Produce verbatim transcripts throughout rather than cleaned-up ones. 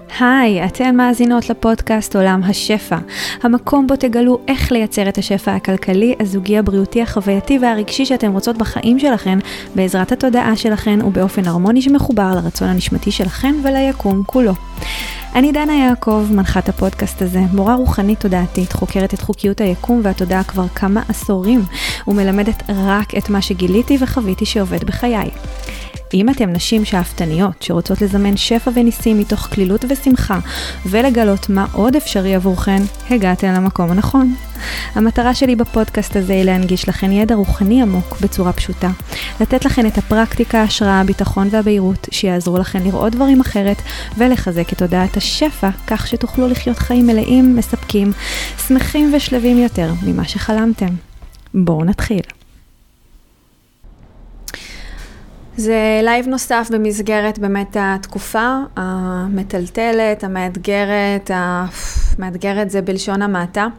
היי, אתן מאזינות לפודקאסט עולם השפע, המקום בו תגלו איך לייצר את השפע הכלכלי, הזוגי, הבריאותי, החווייתי והרגשי שאתם רוצות בחיים שלכן, בעזרת התודעה שלכן ובאופן הרמוני שמחובר לרצון הנשמתי שלכן וליקום כולו. אני דנה יעקב, מנחת הפודקאסט הזה, מורה רוחנית תודעתית, חוקרת את חוקיות היקום והתודעה כבר כמה עשורים, ומלמדת רק את מה שגיליתי וחוויתי שעובד בחיי. אם אתם נשים שאפתניות שרוצות לזמן שפע וניסים מתוך כלילות ושמחה ולגלות מה עוד אפשרי עבורכן, הגעתם למקום הנכון. המטרה שלי בפודקאסט הזה היא להנגיש לכן ידע רוחני עמוק בצורה פשוטה, לתת לכן את הפרקטיקה, ההשראה, הביטחון והבהירות שיעזרו לכן לראות דברים אחרת ולחזק את תודעת השפע כך שתוכלו לחיות חיים מלאים, מספקים, שמחים ושלבים יותר ממה שחלמתם. בואו נתחיל. זה לייב נוסף במסגרת באמת התקופה המטלטלת, המאתגרת, המאתגרת זה בלשון המעטה.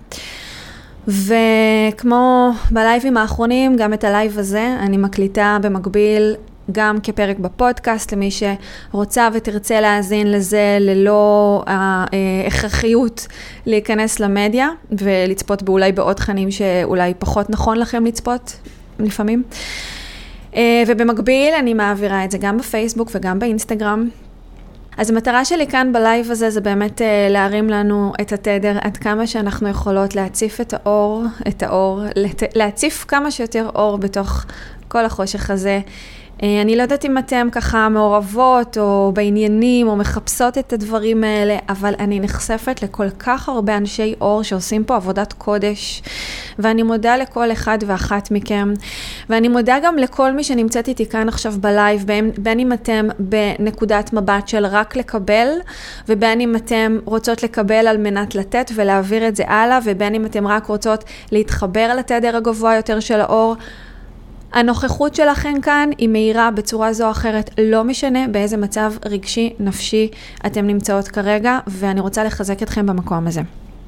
וכמו בלייבים האחרונים, גם את הלייב הזה אני מקליטה במקביל גם כפרק בפודקאסט, למי שרוצה ותרצה להאזין לזה ללא ההכרחיות להיכנס למדיה, ולצפות באולי בעוד תכנים שאולי פחות נכון לכם לצפות לפעמים. ובמקביל אני מעבירה את זה גם בפייסבוק וגם באינסטגרם. אז המטרה שלי כאן בלייב הזה זה באמת להרים לנו את התדר עד כמה שאנחנו יכולות להציף את האור, את האור, להציף כמה שיותר אור בתוך כל החושך הזה. אני לא יודעת אם אתם ככה מעורבות או בעניינים או מחפשות את הדברים האלה, אבל אני נחשפת לכל כך הרבה אנשי אור שעושים פה עבודת קודש, ואני מודה לכל אחד ואחת מכם, ואני מודה גם לכל מי שנמצאת איתי כאן עכשיו בלייב, בין, בין אם אתם בנקודת מבט של רק לקבל, ובין אם אתם רוצות לקבל על מנת לתת ולהעביר את זה הלאה, ובין אם אתם רק רוצות להתחבר לתדר הגבוה יותר של האור. הנוכחות שלכם כאן היא מהירה בצורה זו או אחרת, לא משנה באיזה מצב רגשי, נפשי אתם נמצאות כרגע, ואני רוצה לחזק אתכם במקום הזה.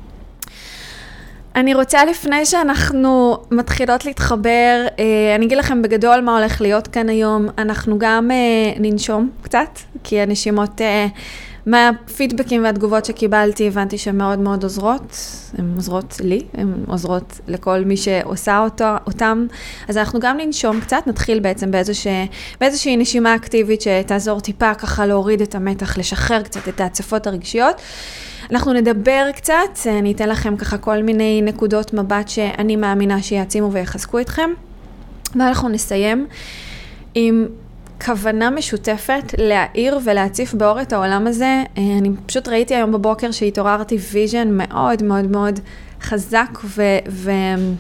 אני רוצה לפני שאנחנו מתחילות להתחבר, אני אגיד לכם בגדול מה הולך להיות כאן היום. אנחנו גם ננשום קצת, כי הנשימות מהפידבקים והתגובות שקיבלתי הבנתי שהן מאוד מאוד עוזרות, הן עוזרות לי, הן עוזרות לכל מי שעושה אותו, אותם. אז אנחנו גם ננשום קצת, נתחיל בעצם באיזושהי, באיזושהי נשימה אקטיבית שתעזור טיפה ככה להוריד את המתח, לשחרר קצת את ההצפות הרגשיות. אנחנו נדבר קצת, אני אתן לכם ככה כל מיני נקודות מבט שאני מאמינה שיעצימו ויחזקו אתכם. ואנחנו נסיים עם כוונה משותפת להאיר ולהציף באור את העולם הזה. אני פשוט ראיתי היום בבוקר שהתעוררתי ויז'ן מאוד מאוד מאוד חזק ו... ו...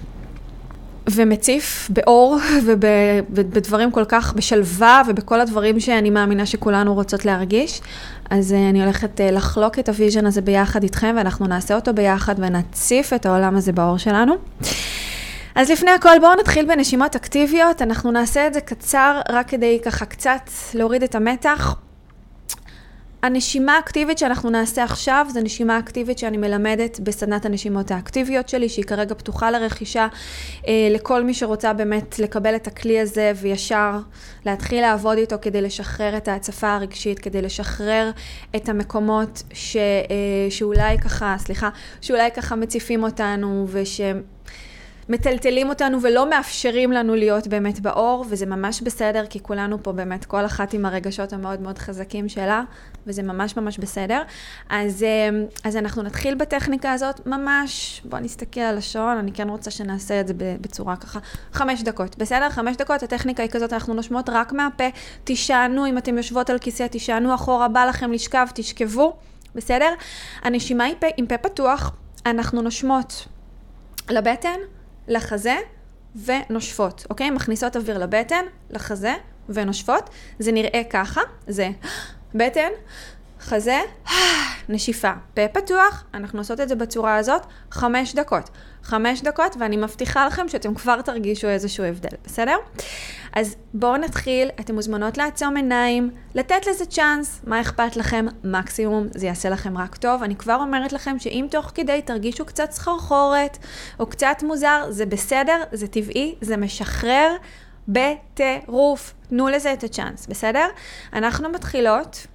ומציף באור ובדברים כל כך בשלווה ובכל הדברים שאני מאמינה שכולנו רוצות להרגיש. אז אני הולכת לחלוק את הוויז'ן הזה ביחד איתכם, ואנחנו נעשה אותו ביחד ונציף את העולם הזה באור שלנו. אז לפני הכל בואו נתחיל בנשימות אקטיביות. אנחנו נעשה את זה קצר רק כדי ככה קצת להוריד את המתח. הנשימה האקטיבית שאנחנו נעשה עכשיו, זה נשימה אקטיבית שאני מלמדת בסדנת הנשימות האקטיביות שלי, שהיא כרגע פתוחה לרכישה אה, לכל מי שרוצה באמת לקבל את הכלי הזה וישר להתחיל לעבוד איתו כדי לשחרר את ההצפה הרגשית, כדי לשחרר את המקומות ש, אה, שאולי ככה, סליחה, שאולי ככה מציפים אותנו וש... מטלטלים אותנו ולא מאפשרים לנו להיות באמת באור, וזה ממש בסדר, כי כולנו פה באמת, כל אחת עם הרגשות המאוד מאוד חזקים שלה, וזה ממש ממש בסדר. אז, אז אנחנו נתחיל בטכניקה הזאת ממש, בואו נסתכל על השעון, אני כן רוצה שנעשה את זה בצורה ככה, חמש דקות, בסדר? חמש דקות, הטכניקה היא כזאת, אנחנו נושמות רק מהפה, תישענו, אם אתם יושבות על כיסא, תישענו אחורה, בא לכם לשכב, תשכבו, בסדר? הנשימה היא פה, עם פה פתוח, אנחנו נושמות לבטן, לחזה ונושפות, אוקיי? מכניסות אוויר לבטן, לחזה ונושפות. זה נראה ככה, זה בטן, חזה, נשיפה. פה פתוח, אנחנו עושות את זה בצורה הזאת, חמש דקות. חמש דקות, ואני מבטיחה לכם שאתם כבר תרגישו איזשהו הבדל, בסדר? אז בואו נתחיל, אתם מוזמנות לעצום עיניים, לתת לזה צ'אנס, מה אכפת לכם? מקסימום, זה יעשה לכם רק טוב. אני כבר אומרת לכם שאם תוך כדי תרגישו קצת סחרחורת, או קצת מוזר, זה בסדר, זה טבעי, זה משחרר בטירוף. תנו לזה את הצ'אנס, בסדר? אנחנו מתחילות,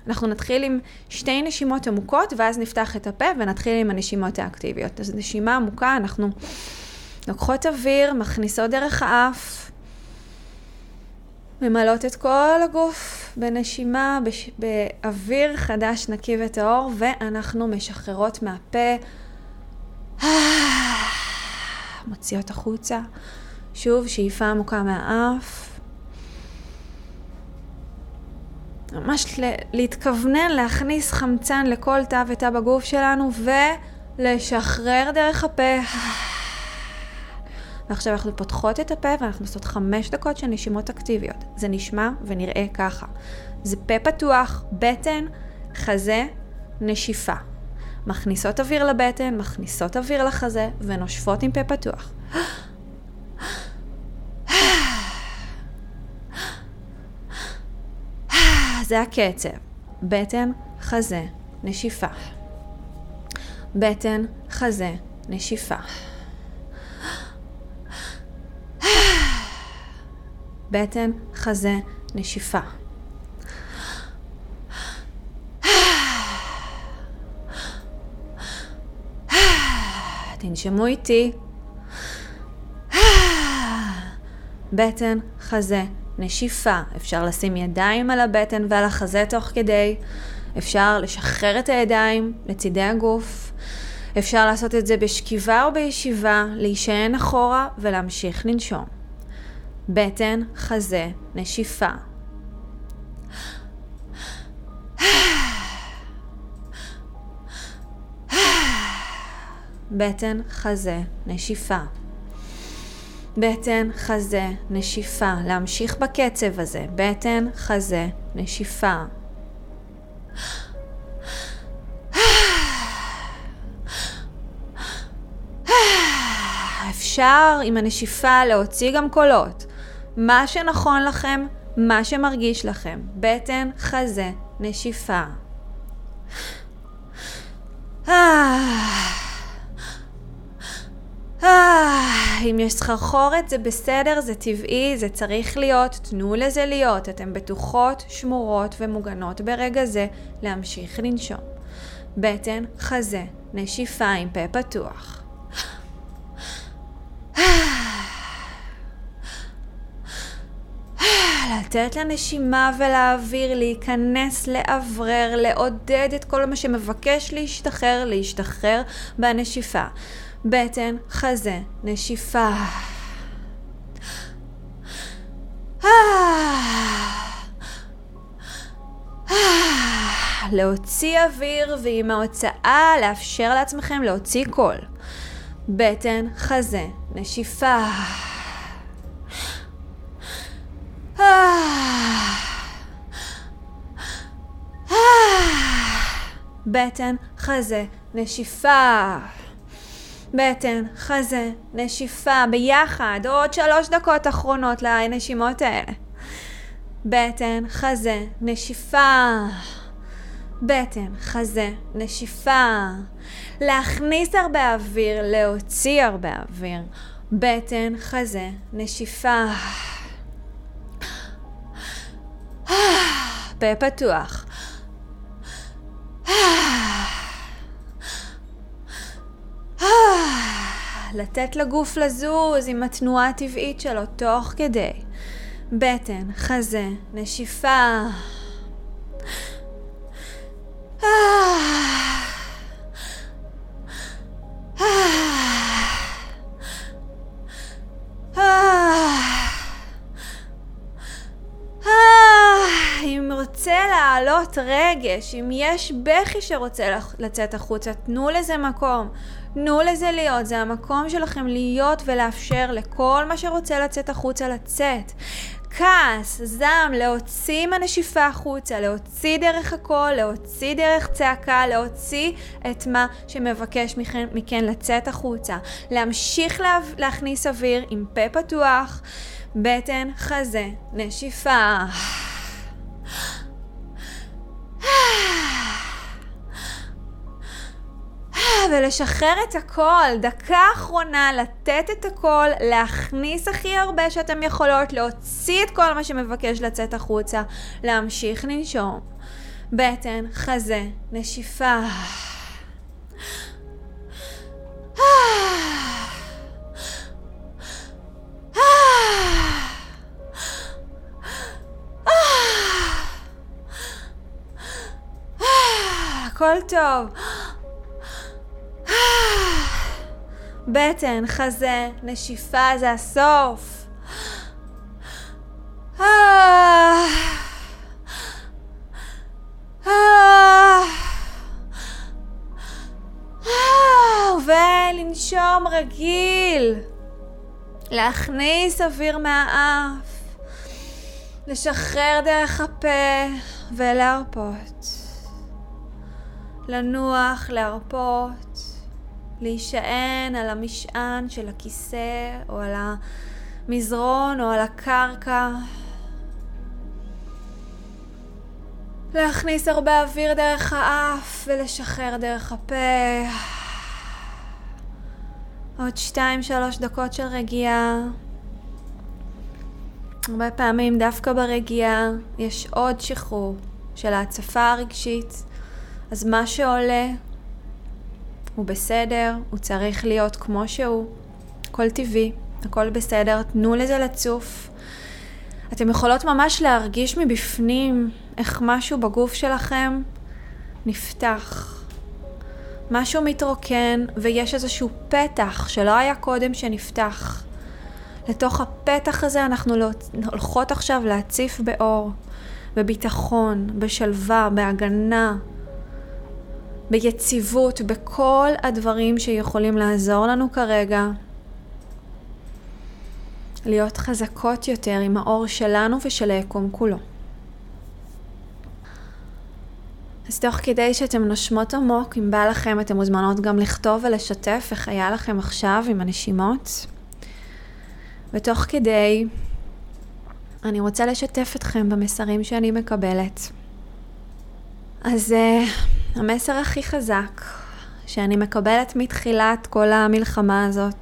אנחנו נתחיל עם שתי נשימות עמוקות, ואז נפתח את הפה ונתחיל עם הנשימות האקטיביות. אז נשימה עמוקה, אנחנו לוקחות אוויר, מכניסות דרך האף, ממלאות את כל הגוף בנשימה, בש... באוויר חדש, נקי וטהור, ואנחנו משחררות מהפה, מוציאות החוצה, שוב שאיפה עמוקה מהאף, ממש להתכוונן, להכניס חמצן לכל תא ותא בגוף שלנו, ולשחרר דרך הפה. ועכשיו אנחנו פותחות את הפה, ואנחנו עושות חמש דקות של נשימות אקטיביות. זה נשמע ונראה ככה. זה פה פתוח, בטן, חזה, נשיפה. מכניסות אוויר לבטן, מכניסות אוויר לחזה, ונושפות עם פה פתוח. זה הקצב. בטן, חזה, נשיפה. בטן, חזה, נשיפה. בטן, חזה, נשיפה. תנשמו איתי. בטן, חזה, נשיפה. אפשר לשים ידיים על הבטן ועל החזה תוך כדי. אפשר לשחרר את הידיים לצידי הגוף. אפשר לעשות את זה בשכיבה או בישיבה, להישען אחורה ולהמשיך לנשום. בטן, חזה, נשיפה. בטן, חזה, נשיפה. בטן, חזה, נשיפה. להמשיך בקצב הזה. בטן, חזה, נשיפה. אפשר עם הנשיפה להוציא גם קולות. מה שנכון לכם, מה שמרגיש לכם. בטן, חזה, נשיפה. אם יש סחרחורת זה בסדר, זה טבעי, זה צריך להיות, תנו לזה להיות. אתם בטוחות, שמורות ומוגנות ברגע זה להמשיך לנשום. בטן, חזה, נשיפה עם פה פתוח. לתת לנשימה ולאוויר להיכנס, לעברר, לעודד את כל מה שמבקש להשתחרר, להשתחרר בנשיפה. בטן, חזה, נשיפה. להוציא אוויר, ועם ההוצאה לאפשר לעצמכם להוציא קול. בטן, חזה, נשיפה. בטן, חזה, נשיפה. בטן, חזה, נשיפה. ביחד, עוד שלוש דקות אחרונות לנשימות האלה. בטן, חזה, נשיפה. בטן, חזה, נשיפה. להכניס הרבה אוויר, להוציא הרבה אוויר. בטן, חזה, נשיפה. פה פתוח. לתת לגוף לזוז עם התנועה הטבעית שלו תוך כדי. בטן, חזה, נשיפה. אם רוצה לעלות רגש, אם יש בכי שרוצה לצאת החוצה, תנו לזה מקום. תנו לזה להיות, זה המקום שלכם להיות ולאפשר לכל מה שרוצה לצאת החוצה לצאת. כעס, זעם, להוציא מהנשיפה החוצה, להוציא דרך הקול, להוציא דרך צעקה, להוציא את מה שמבקש מכן, מכן לצאת החוצה. להמשיך לה, להכניס אוויר עם פה פתוח, בטן, חזה, נשיפה. ולשחרר את הכל, דקה אחרונה, לתת את הכל, להכניס הכי הרבה שאתם יכולות, להוציא את כל מה שמבקש לצאת החוצה, להמשיך לנשום. בטן, חזה, נשיפה. הכל טוב. בטן, חזה, נשיפה, זה הסוף. ולנשום רגיל. להכניס אוויר מהאף. לשחרר דרך הפה ולהרפות. לנוח, להרפות. להישען על המשען של הכיסא או על המזרון או על הקרקע. להכניס הרבה אוויר דרך האף ולשחרר דרך הפה. עוד שתיים שלוש דקות של רגיעה. הרבה פעמים דווקא ברגיעה יש עוד שחרור של ההצפה הרגשית. אז מה שעולה הוא בסדר, הוא צריך להיות כמו שהוא. הכל טבעי, הכל בסדר, תנו לזה לצוף. אתם יכולות ממש להרגיש מבפנים איך משהו בגוף שלכם נפתח. משהו מתרוקן ויש איזשהו פתח שלא היה קודם שנפתח. לתוך הפתח הזה אנחנו הולכות עכשיו להציף באור, בביטחון, בשלווה, בהגנה, ביציבות, בכל הדברים שיכולים לעזור לנו כרגע. להיות חזקות יותר עם האור שלנו ושל היקום כולו. אז תוך כדי שאתם נושמות עמוק, אם בא לכם, אתם מוזמנות גם לכתוב ולשתף איך היה לכם עכשיו עם הנשימות. ותוך כדי, אני רוצה לשתף אתכם במסרים שאני מקבלת. אז uh, המסר הכי חזק שאני מקבלת מתחילת כל המלחמה הזאת,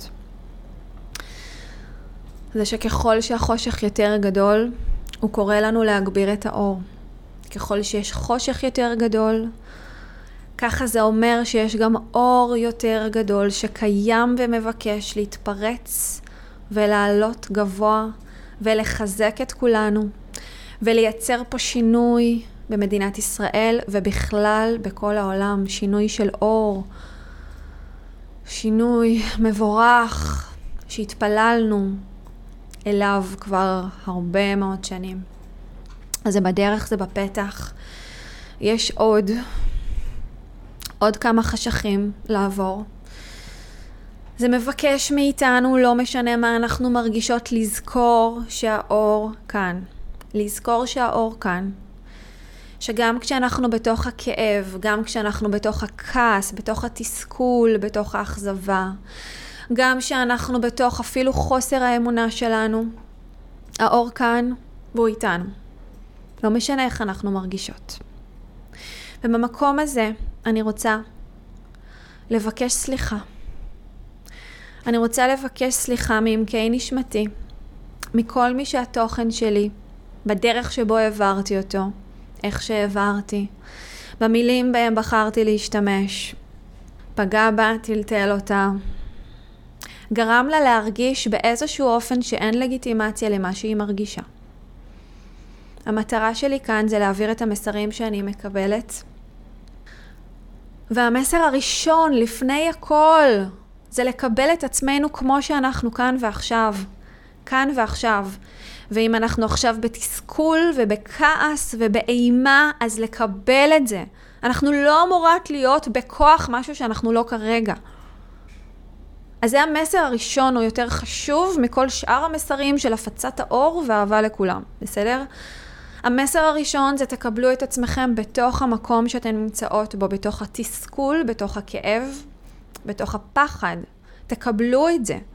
זה שככל שהחושך יותר גדול, הוא קורא לנו להגביר את האור. ככל שיש חושך יותר גדול, ככה זה אומר שיש גם אור יותר גדול שקיים ומבקש להתפרץ ולעלות גבוה ולחזק את כולנו ולייצר פה שינוי במדינת ישראל ובכלל בכל העולם. שינוי של אור, שינוי מבורך שהתפללנו אליו כבר הרבה מאוד שנים. אז זה בדרך, זה בפתח. יש עוד, עוד כמה חשכים לעבור. זה מבקש מאיתנו, לא משנה מה אנחנו מרגישות, לזכור שהאור כאן. לזכור שהאור כאן. שגם כשאנחנו בתוך הכאב, גם כשאנחנו בתוך הכעס, בתוך התסכול, בתוך האכזבה, גם כשאנחנו בתוך אפילו חוסר האמונה שלנו, האור כאן והוא איתנו. לא משנה איך אנחנו מרגישות. ובמקום הזה אני רוצה לבקש סליחה. אני רוצה לבקש סליחה מעמקי נשמתי, מכל מי שהתוכן שלי, בדרך שבו העברתי אותו, איך שהעברתי, במילים בהם בחרתי להשתמש, פגע בה, טלטל אותה, גרם לה להרגיש באיזשהו אופן שאין לגיטימציה למה שהיא מרגישה. המטרה שלי כאן זה להעביר את המסרים שאני מקבלת. והמסר הראשון לפני הכל זה לקבל את עצמנו כמו שאנחנו כאן ועכשיו. כאן ועכשיו. ואם אנחנו עכשיו בתסכול ובכעס ובאימה, אז לקבל את זה. אנחנו לא אמורות להיות בכוח משהו שאנחנו לא כרגע. אז זה המסר הראשון, הוא יותר חשוב מכל שאר המסרים של הפצת האור ואהבה לכולם. בסדר? המסר הראשון זה תקבלו את עצמכם בתוך המקום שאתן נמצאות בו, בתוך התסכול, בתוך הכאב, בתוך הפחד. תקבלו את זה.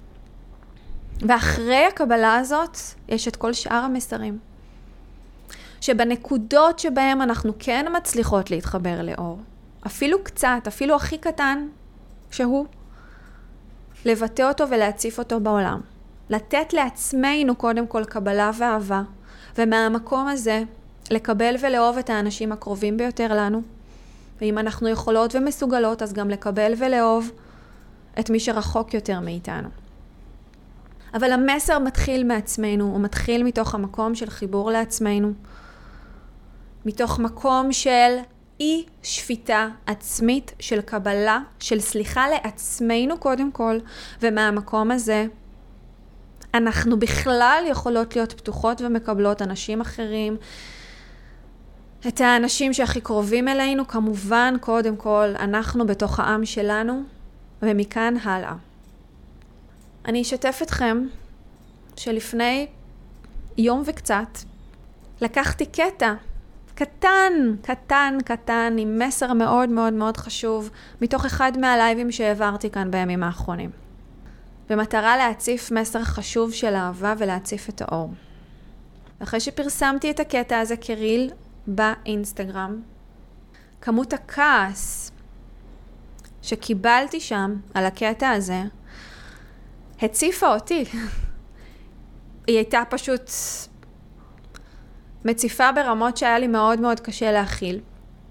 ואחרי הקבלה הזאת יש את כל שאר המסרים. שבנקודות שבהם אנחנו כן מצליחות להתחבר לאור, אפילו קצת, אפילו הכי קטן שהוא, לבטא אותו ולהציף אותו בעולם. לתת לעצמנו קודם כל קבלה ואהבה. ומהמקום הזה לקבל ולאהוב את האנשים הקרובים ביותר לנו, ואם אנחנו יכולות ומסוגלות, אז גם לקבל ולאהוב את מי שרחוק יותר מאיתנו. אבל המסר מתחיל מעצמנו, הוא מתחיל מתוך המקום של חיבור לעצמנו, מתוך מקום של אי שפיטה עצמית, של קבלה, של סליחה לעצמנו קודם כל, ומהמקום הזה אנחנו בכלל יכולות להיות פתוחות ומקבלות אנשים אחרים, את האנשים שהכי קרובים אלינו, כמובן קודם כל אנחנו בתוך העם שלנו, ומכאן הלאה. אני אשתף אתכם שלפני יום וקצת לקחתי קטע קטן, קטן, קטן, עם מסר מאוד מאוד מאוד חשוב, מתוך אחד מהלייבים שהעברתי כאן בימים האחרונים. במטרה להציף מסר חשוב של אהבה ולהציף את האור. אחרי שפרסמתי את הקטע הזה כריל באינסטגרם, כמות הכעס שקיבלתי שם על הקטע הזה, הציפה אותי. היא הייתה פשוט מציפה ברמות שהיה לי מאוד מאוד קשה להכיל.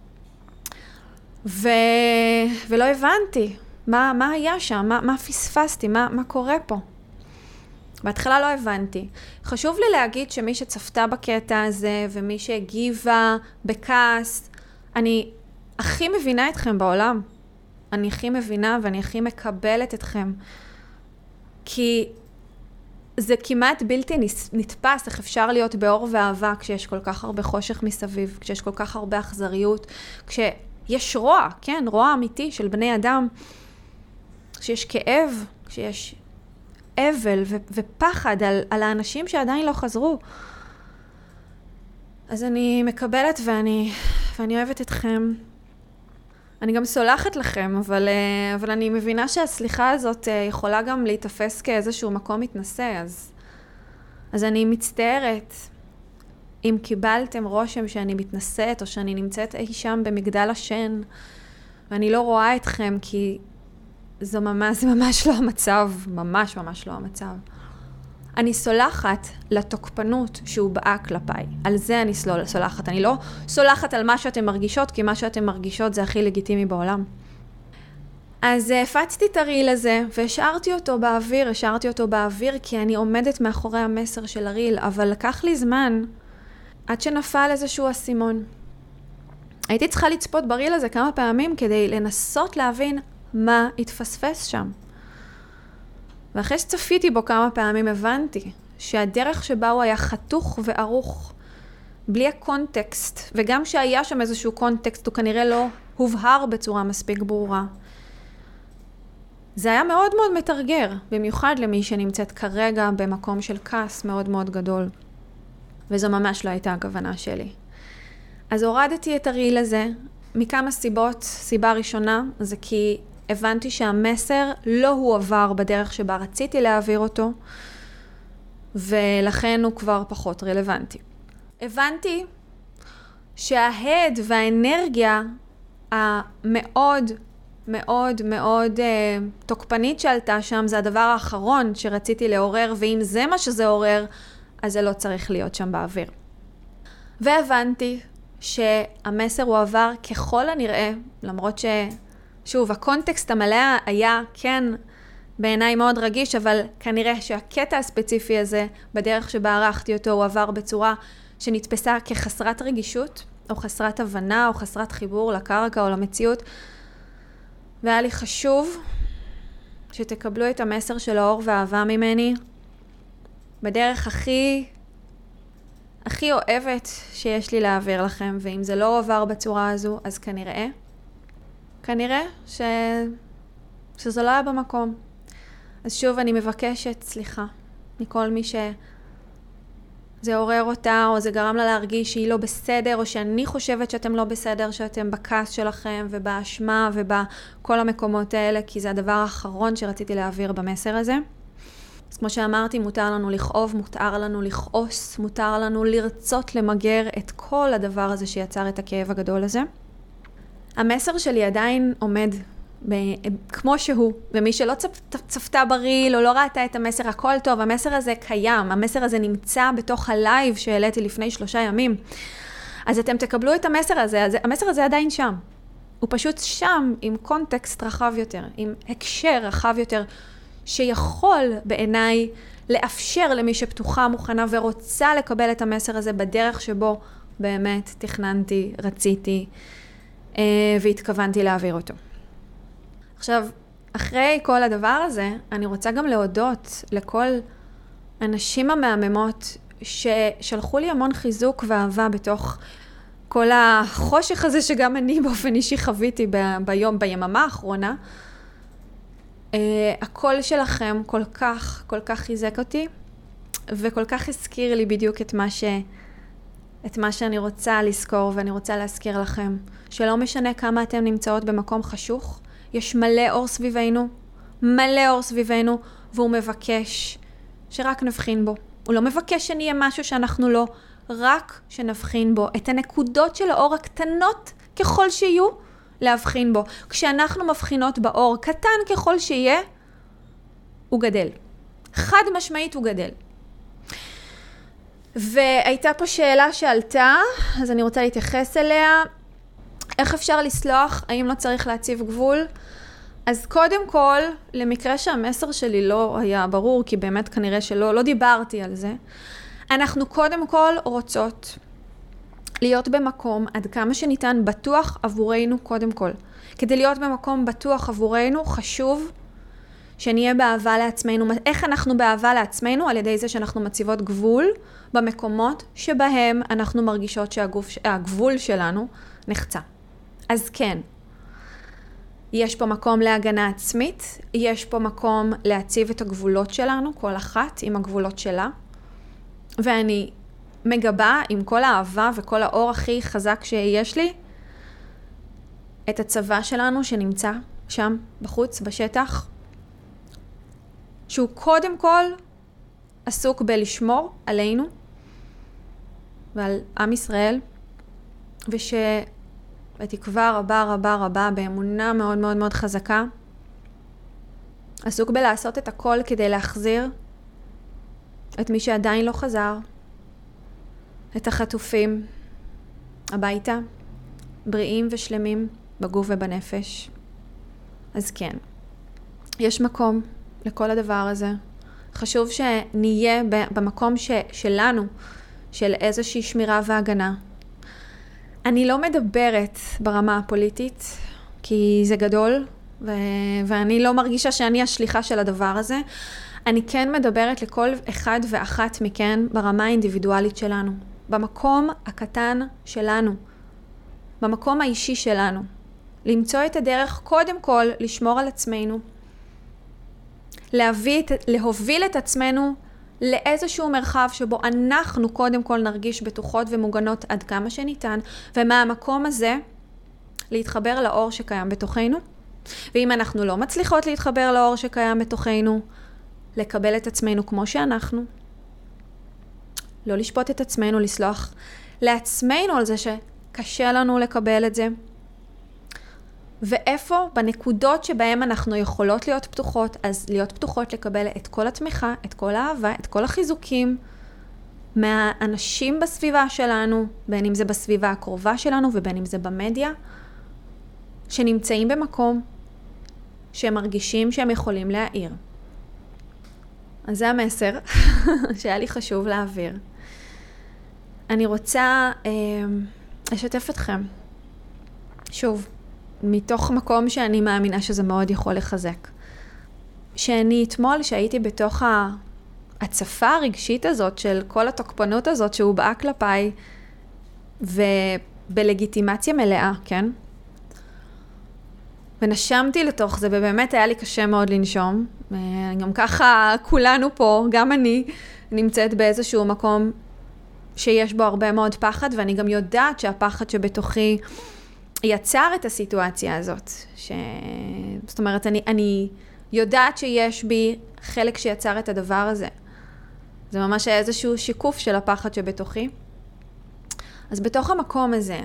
ו... ולא הבנתי מה, מה היה שם, מה, מה פספסתי, מה, מה קורה פה. בהתחלה לא הבנתי. חשוב לי להגיד שמי שצפתה בקטע הזה ומי שהגיבה בכעס, אני הכי מבינה אתכם בעולם. אני הכי מבינה ואני הכי מקבלת אתכם. כי זה כמעט בלתי נתפס איך אפשר להיות באור ואהבה כשיש כל כך הרבה חושך מסביב, כשיש כל כך הרבה אכזריות, כשיש רוע, כן, רוע אמיתי של בני אדם, כשיש כאב, כשיש אבל ו- ופחד על, על האנשים שעדיין לא חזרו. אז אני מקבלת ואני, ואני אוהבת אתכם. אני גם סולחת לכם, אבל, אבל אני מבינה שהסליחה הזאת יכולה גם להתאפס כאיזשהו מקום מתנשא, אז, אז אני מצטערת אם קיבלתם רושם שאני מתנשאת או שאני נמצאת אי שם במגדל השן, ואני לא רואה אתכם כי זו ממש, זה ממש לא המצב, ממש ממש לא המצב. אני סולחת לתוקפנות שהוא באה כלפיי. על זה אני סולחת. אני לא סולחת על מה שאתם מרגישות, כי מה שאתם מרגישות זה הכי לגיטימי בעולם. אז הפצתי את הריל הזה, והשארתי אותו באוויר, השארתי אותו באוויר, כי אני עומדת מאחורי המסר של הריל, אבל לקח לי זמן עד שנפל איזשהו אסימון. הייתי צריכה לצפות בריל הזה כמה פעמים, כדי לנסות להבין מה התפספס שם. ואחרי שצפיתי בו כמה פעמים הבנתי שהדרך שבה הוא היה חתוך וערוך, בלי הקונטקסט, וגם שהיה שם איזשהו קונטקסט, הוא כנראה לא הובהר בצורה מספיק ברורה. זה היה מאוד מאוד מתרגר, במיוחד למי שנמצאת כרגע במקום של כעס מאוד מאוד גדול. וזו ממש לא הייתה הכוונה שלי. אז הורדתי את הריל הזה מכמה סיבות. סיבה ראשונה זה כי הבנתי שהמסר לא הועבר בדרך שבה רציתי להעביר אותו, ולכן הוא כבר פחות רלוונטי. הבנתי שההד והאנרגיה המאוד מאוד מאוד אה, תוקפנית שעלתה שם, זה הדבר האחרון שרציתי לעורר, ואם זה מה שזה עורר, אז זה לא צריך להיות שם באוויר. והבנתי שהמסר הוא עבר ככל הנראה, למרות ש... שוב, הקונטקסט המלא היה כן בעיניי מאוד רגיש, אבל כנראה שהקטע הספציפי הזה, בדרך שבה ערכתי אותו, הוא עבר בצורה שנתפסה כחסרת רגישות, או חסרת הבנה, או חסרת חיבור לקרקע או למציאות. והיה לי חשוב שתקבלו את המסר של האור והאהבה ממני, בדרך הכי, הכי אוהבת שיש לי להעביר לכם, ואם זה לא עבר בצורה הזו, אז כנראה, כנראה ש... שזה לא היה במקום. אז שוב אני מבקשת סליחה מכל מי שזה עורר אותה, או זה גרם לה להרגיש שהיא לא בסדר, או שאני חושבת שאתם לא בסדר, שאתם בכעס שלכם ובאשמה ובכל המקומות האלה, כי זה הדבר האחרון שרציתי להעביר במסר הזה. אז כמו שאמרתי, מותר לנו לכאוב, מותר לנו לכעוס, מותר לנו לרצות למגר את כל הדבר הזה שיצר את הכאב הגדול הזה. המסר שלי עדיין עומד ב- כמו שהוא, ומי שלא צפ, צפתה בריל או לא ראתה את המסר, הכל טוב, המסר הזה קיים, המסר הזה נמצא בתוך הלייב שהעליתי לפני שלושה ימים. אז אתם תקבלו את המסר הזה, אז המסר הזה עדיין שם. הוא פשוט שם עם קונטקסט רחב יותר, עם הקשר רחב יותר, שיכול בעיניי לאפשר למי שפתוחה, מוכנה ורוצה לקבל את המסר הזה בדרך שבו באמת תכננתי, רציתי אה, והתכוונתי להעביר אותו. עכשיו, אחרי כל הדבר הזה, אני רוצה גם להודות לכל הנשים המהממות ששלחו לי המון חיזוק ואהבה בתוך כל החושך הזה שגם אני באופן אישי חוויתי ב- ביום, ביממה האחרונה. Uh, הקול שלכם כל כך, כל כך חיזק אותי, וכל כך הזכיר לי בדיוק את מה ש... את מה שאני רוצה לזכור, ואני רוצה להזכיר לכם, שלא משנה כמה אתם נמצאות במקום חשוך, יש מלא אור סביבנו, מלא אור סביבנו, והוא מבקש שרק נבחין בו. הוא לא מבקש שנהיה משהו שאנחנו לא, רק שנבחין בו. את הנקודות של האור הקטנות ככל שיהיו, להבחין בו. כשאנחנו מבחינות באור, קטן ככל שיהיה, הוא גדל. חד משמעית הוא גדל. והייתה פה שאלה שעלתה, אז אני רוצה להתייחס אליה. איך אפשר לסלוח? האם לא צריך להציב גבול? אז קודם כל, למקרה שהמסר שלי לא היה ברור, כי באמת כנראה שלא לא דיברתי על זה, אנחנו קודם כל רוצות להיות במקום עד כמה שניתן בטוח עבורנו קודם כל. כדי להיות במקום בטוח עבורנו, חשוב שנהיה באהבה לעצמנו. איך אנחנו באהבה לעצמנו? על ידי זה שאנחנו מציבות גבול במקומות שבהם אנחנו מרגישות שהגבול שלנו נחצה. אז כן, יש פה מקום להגנה עצמית, יש פה מקום להציב את הגבולות שלנו, כל אחת עם הגבולות שלה, ואני מגבה עם כל האהבה וכל האור הכי חזק שיש לי, את הצבא שלנו שנמצא שם בחוץ, בשטח, שהוא קודם כל עסוק בלשמור עלינו ועל עם ישראל, ושבתקווה רבה רבה רבה, באמונה מאוד מאוד מאוד חזקה, עסוק בלעשות את הכל כדי להחזיר את מי שעדיין לא חזר, את החטופים הביתה, בריאים ושלמים בגוף ובנפש. אז כן, יש מקום לכל הדבר הזה. חשוב שנהיה במקום ש, שלנו, של איזושהי שמירה והגנה. אני לא מדברת ברמה הפוליטית, כי זה גדול, ו, ואני לא מרגישה שאני השליחה של הדבר הזה. אני כן מדברת לכל אחד ואחת מכן ברמה האינדיבידואלית שלנו, במקום הקטן שלנו, במקום האישי שלנו. למצוא את הדרך קודם כל לשמור על עצמנו, להביא, להוביל את עצמנו לאיזשהו מרחב שבו אנחנו קודם כל נרגיש בטוחות ומוגנות עד כמה שניתן, ומהמקום הזה להתחבר לאור שקיים בתוכנו. ואם אנחנו לא מצליחות להתחבר לאור שקיים בתוכנו, לקבל את עצמנו כמו שאנחנו, לא לשפוט את עצמנו, לסלוח לעצמנו על זה שקשה לנו לקבל את זה, ואיפה בנקודות שבהם אנחנו יכולות להיות פתוחות, אז להיות פתוחות לקבל את כל התמיכה, את כל האהבה, את כל החיזוקים מהאנשים בסביבה שלנו, בין אם זה בסביבה הקרובה שלנו ובין אם זה במדיה, שנמצאים במקום שהם מרגישים שהם יכולים להעיר. אז זה המסר שהיה לי חשוב להעביר. אני רוצה אה, לשתף אתכם, שוב, מתוך מקום שאני מאמינה שזה מאוד יכול לחזק. שאני אתמול שהייתי בתוך ההצפה הרגשית הזאת של כל התוקפנות הזאת שהובעה כלפיי, ובלגיטימציה מלאה, כן? ונשמתי לתוך זה, ובאמת היה לי קשה מאוד לנשום. גם ככה כולנו פה, גם אני, נמצאת באיזשהו מקום שיש בו הרבה מאוד פחד, ואני גם יודעת שהפחד שבתוכי יצר את הסיטואציה הזאת. ש... זאת אומרת, אני, אני יודעת שיש בי חלק שיצר את הדבר הזה. זה ממש היה איזשהו שיקוף של הפחד שבתוכי. אז בתוך המקום הזה,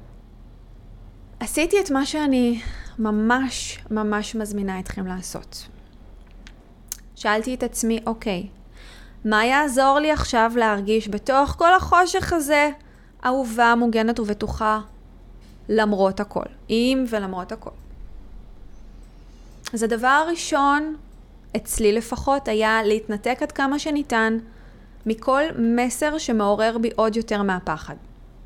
עשיתי את מה שאני ממש ממש מזמינה אתכם לעשות. שאלתי את עצמי, אוקיי, מה יעזור לי עכשיו להרגיש בתוך כל החושך הזה, אהובה, מוגנת ובטוחה למרות הכל. עם ולמרות הכל. אז הדבר הראשון, אצלי לפחות, היה להתנתק עד כמה שניתן מכל מסר שמעורר בי עוד יותר מהפחד.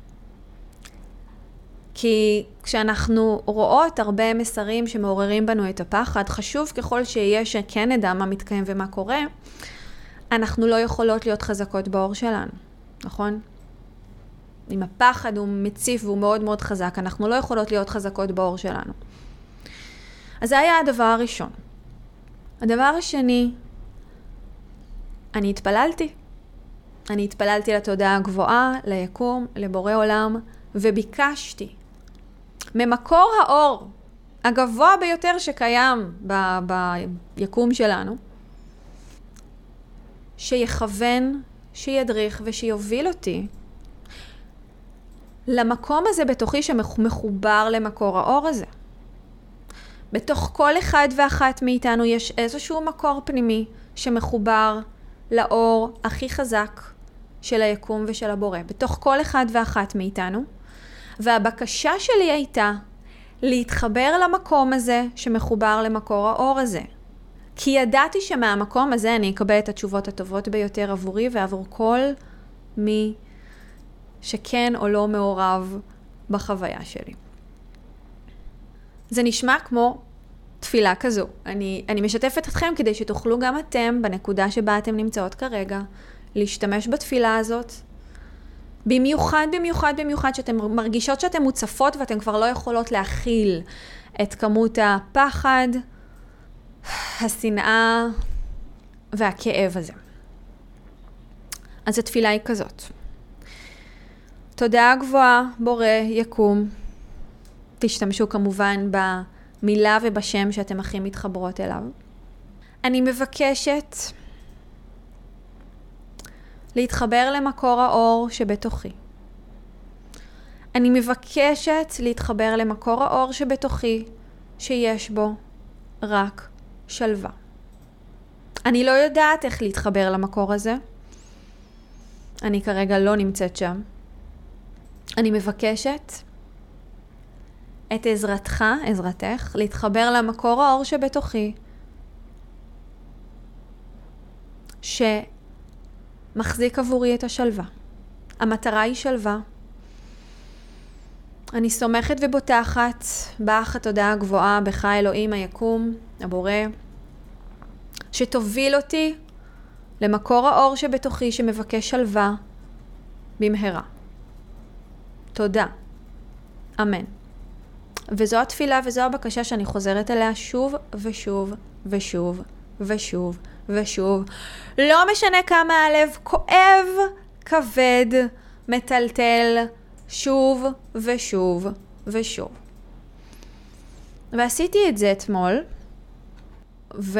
כי כשאנחנו רואות הרבה מסרים שמעוררים בנו את הפחד, חשוב ככל שיהיה שכן נדע מה מתקיים ומה קורה, אנחנו לא יכולות להיות חזקות באור שלנו, נכון? אם הפחד הוא מציף והוא מאוד מאוד חזק, אנחנו לא יכולות להיות חזקות באור שלנו. אז זה היה הדבר הראשון. הדבר השני, אני התפללתי. אני התפללתי לתודעה הגבוהה, ליקום, לבורא עולם, וביקשתי ממקור האור הגבוה ביותר שקיים ב- ביקום שלנו, שיכוון, שידריך ושיוביל אותי למקום הזה בתוכי שמחובר למקור האור הזה. בתוך כל אחד ואחת מאיתנו יש איזשהו מקור פנימי שמחובר לאור הכי חזק של היקום ושל הבורא. בתוך כל אחד ואחת מאיתנו. והבקשה שלי הייתה להתחבר למקום הזה שמחובר למקור האור הזה. כי ידעתי שמהמקום הזה אני אקבל את התשובות הטובות ביותר עבורי ועבור כל מי שכן או לא מעורב בחוויה שלי. זה נשמע כמו תפילה כזו. אני, אני משתפת אתכם כדי שתוכלו גם אתם, בנקודה שבה אתם נמצאות כרגע, להשתמש בתפילה הזאת. במיוחד, במיוחד, במיוחד, שאתם מרגישות שאתם מוצפות ואתם כבר לא יכולות להכיל את כמות הפחד, השנאה והכאב הזה. אז התפילה היא כזאת. תודה גבוהה, בורא, יקום. תשתמשו כמובן במילה ובשם שאתם הכי מתחברות אליו. אני מבקשת להתחבר למקור האור שבתוכי. אני מבקשת להתחבר למקור האור שבתוכי, שיש בו רק שלווה. אני לא יודעת איך להתחבר למקור הזה. אני כרגע לא נמצאת שם. אני מבקשת את עזרתך, עזרתך, להתחבר למקור האור שבתוכי, שמחזיק עבורי את השלווה. המטרה היא שלווה. אני סומכת ובוטחת בך התודעה הגבוהה, בך אלוהים היקום, הבורא, שתוביל אותי למקור האור שבתוכי שמבקש שלווה במהרה. תודה. אמן. וזו התפילה וזו הבקשה שאני חוזרת אליה שוב ושוב ושוב ושוב ושוב. לא משנה כמה הלב כואב, כבד, מטלטל, שוב ושוב ושוב. ועשיתי את זה אתמול, ו...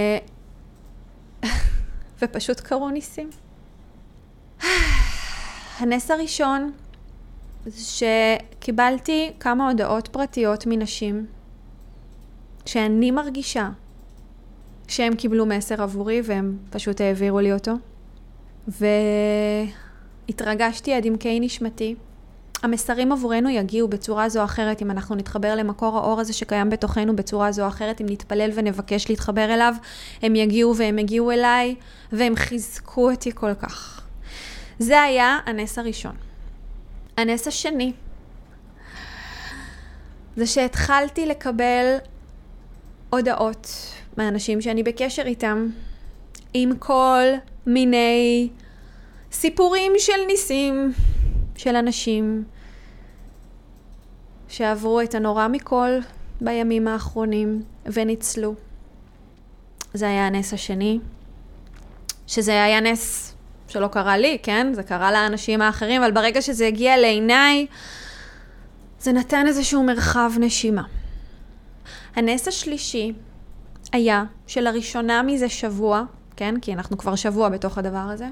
ופשוט קרו ניסים. הנס הראשון, שקיבלתי כמה הודעות פרטיות מנשים, שאני מרגישה שהם קיבלו מסר עבורי, והם פשוט העבירו לי אותו. והתרגשתי עד עמקי נשמתי. המסרים עבורנו יגיעו בצורה זו או אחרת, אם אנחנו נתחבר למקור האור הזה שקיים בתוכנו בצורה זו או אחרת, אם נתפלל ונבקש להתחבר אליו, הם יגיעו והם הגיעו אליי, והם חיזקו אותי כל כך. זה היה הנס הראשון. הנס השני, זה שהתחלתי לקבל הודעות מאנשים שאני בקשר איתם, עם כל מיני סיפורים של ניסים, של אנשים שעברו את הנורא מכל בימים האחרונים וניצלו. זה היה הנס השני, שזה היה נס שלא קרה לי, כן? זה קרה לאנשים האחרים, אבל ברגע שזה הגיע לעיניי, זה נתן איזשהו מרחב נשימה. הנס השלישי היה שלראשונה מזה שבוע, כן? כי אנחנו כבר שבוע בתוך הדבר הזה,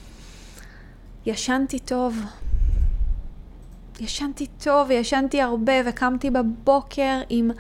ישנתי טוב. ישנתי טוב וישנתי הרבה וקמתי בבוקר עם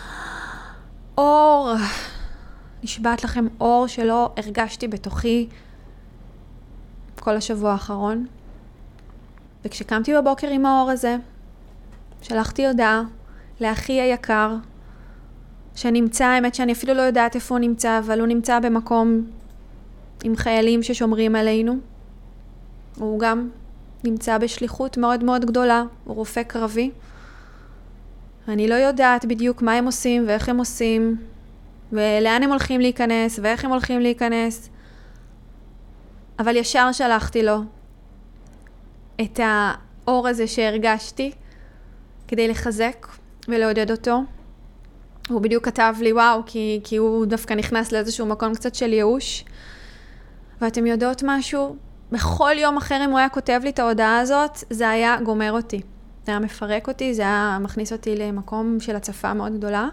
אור. נשבעת לכם אור שלא הרגשתי בתוכי כל השבוע האחרון. וכשקמתי בבוקר עם האור הזה, שלחתי הודעה לאחי היקר, שנמצא, האמת שאני אפילו לא יודעת איפה הוא נמצא, אבל הוא נמצא במקום עם חיילים ששומרים עלינו. הוא גם נמצא בשליחות מאוד מאוד גדולה, הוא רופא קרבי. אני לא יודעת בדיוק מה הם עושים ואיך הם עושים, ולאן הם הולכים להיכנס ואיך הם הולכים להיכנס. אבל ישר שלחתי לו את האור הזה שהרגשתי, כדי לחזק ולעודד אותו. הוא בדיוק כתב לי וואו, כי, כי הוא דווקא נכנס לאיזשהו מקום קצת של ייאוש. ואתם יודעות משהו? בכל יום אחר אם הוא היה כותב לי את ההודעה הזאת, זה היה גומר אותי. זה היה מפרק אותי, זה היה מכניס אותי למקום של הצפה מאוד גדולה.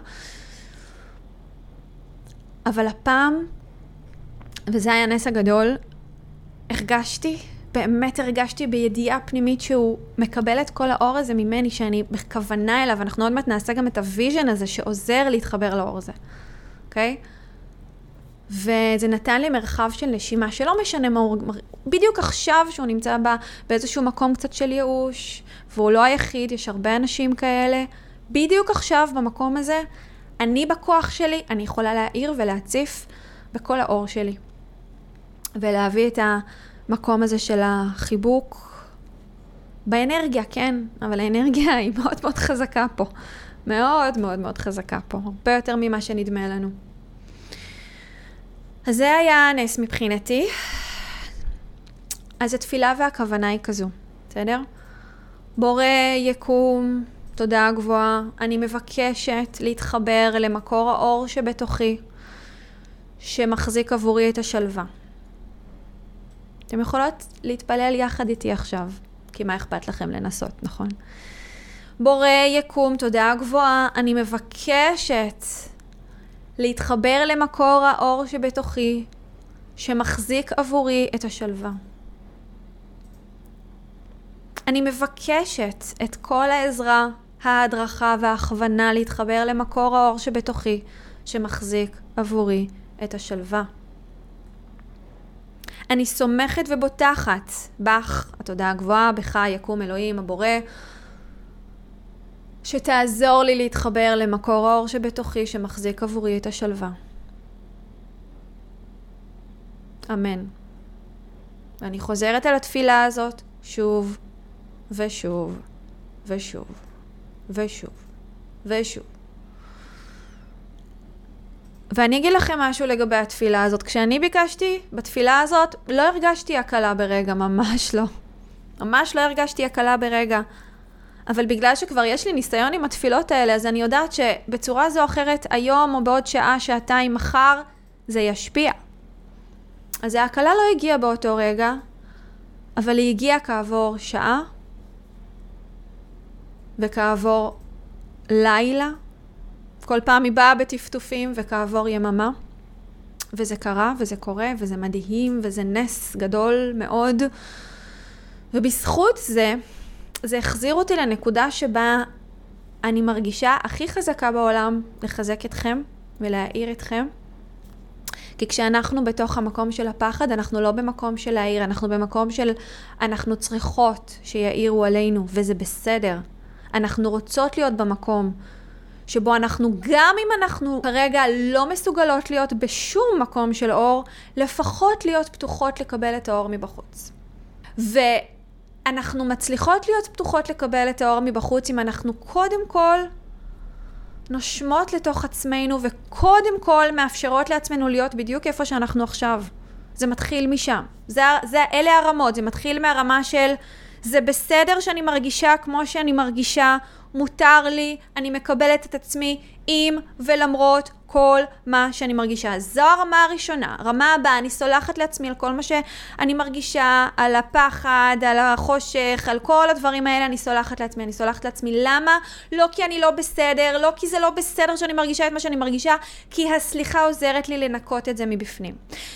אבל הפעם, וזה היה נס הגדול, הרגשתי, באמת הרגשתי בידיעה פנימית שהוא מקבל את כל האור הזה ממני, שאני בכוונה אליו, אנחנו עוד מעט נעשה גם את הוויז'ן הזה שעוזר להתחבר לאור הזה. אוקיי? וזה נתן לי מרחב של נשימה, שלא משנה מה הוא, בדיוק עכשיו שהוא נמצא בה, באיזשהו מקום קצת של ייאוש, והוא לא היחיד, יש הרבה אנשים כאלה, בדיוק עכשיו במקום הזה, אני בכוח שלי, אני יכולה להעיר ולהציף בכל האור שלי. ולהביא את המקום הזה של החיבוק, באנרגיה, כן, אבל האנרגיה היא מאוד מאוד חזקה פה. מאוד מאוד מאוד חזקה פה, הרבה יותר ממה שנדמה לנו. אז זה היה נס מבחינתי. אז התפילה והכוונה היא כזו, בסדר? בורא יקום, תודה גבוהה, אני מבקשת להתחבר למקור האור שבתוכי, שמחזיק עבורי את השלווה. אתם יכולות להתפלל יחד איתי עכשיו, כי מה אכפת לכם לנסות, נכון? בורא יקום, תודה גבוהה, אני מבקשת להתחבר למקור האור שבתוכי, שמחזיק עבורי את השלווה. אני מבקשת את כל העזרה, ההדרכה וההכוונה להתחבר למקור האור שבתוכי, שמחזיק עבורי את השלווה. אני סומכת ובוטחת בך, התודה הגבוהה, בך יקום אלוהים הבורא, שתעזור לי להתחבר למקור האור שבתוכי שמחזיק עבורי את השלווה. אמן. ואני חוזרת על התפילה הזאת שוב ושוב ושוב ושוב ושוב. ואני אגיד לכם משהו לגבי התפילה הזאת. כשאני ביקשתי בתפילה הזאת, לא הרגשתי הקלה ברגע, ממש לא. ממש לא הרגשתי הקלה ברגע. אבל בגלל שכבר יש לי ניסיון עם התפילות האלה, אז אני יודעת שבצורה זו או אחרת, היום או בעוד שעה, שעתיים, מחר, זה ישפיע. אז ההקלה לא הגיעה באותו רגע, אבל היא הגיעה כעבור שעה, וכעבור לילה, כל פעם היא באה בטפטופים וכעבור יממה, וזה קרה וזה קורה וזה מדהים וזה נס גדול מאוד, ובזכות זה, זה החזיר אותי לנקודה שבה אני מרגישה הכי חזקה בעולם לחזק אתכם ולהעיר אתכם, כי כשאנחנו בתוך המקום של הפחד, אנחנו לא במקום של להעיר, אנחנו במקום של אנחנו צריכות שיעירו עלינו, וזה בסדר. אנחנו רוצות להיות במקום שבו אנחנו, גם אם אנחנו כרגע לא מסוגלות להיות בשום מקום של אור, לפחות להיות פתוחות לקבל את האור מבחוץ. ואנחנו מצליחות להיות פתוחות לקבל את האור מבחוץ אם אנחנו קודם כל נושמות לתוך עצמנו, וקודם כל מאפשרות לעצמנו להיות בדיוק איפה שאנחנו עכשיו. זה מתחיל משם. זה, זה, אלה הרמות. זה מתחיל מהרמה של זה בסדר שאני מרגישה כמו שאני מרגישה, מותר לי, אני מקבלת את עצמי עם ולמרות כל מה שאני מרגישה. זו הרמה הראשונה. רמה הבאה, אני סולחת לעצמי על כל מה שאני מרגישה, על הפחד, על החושך, על כל הדברים האלה, אני סולחת לעצמי. אני סולחת לעצמי. למה? לא כי אני לא בסדר, לא כי זה לא בסדר שאני מרגישה את מה שאני מרגישה, כי הסליחה עוזרת לי לנקות את זה מבפנים.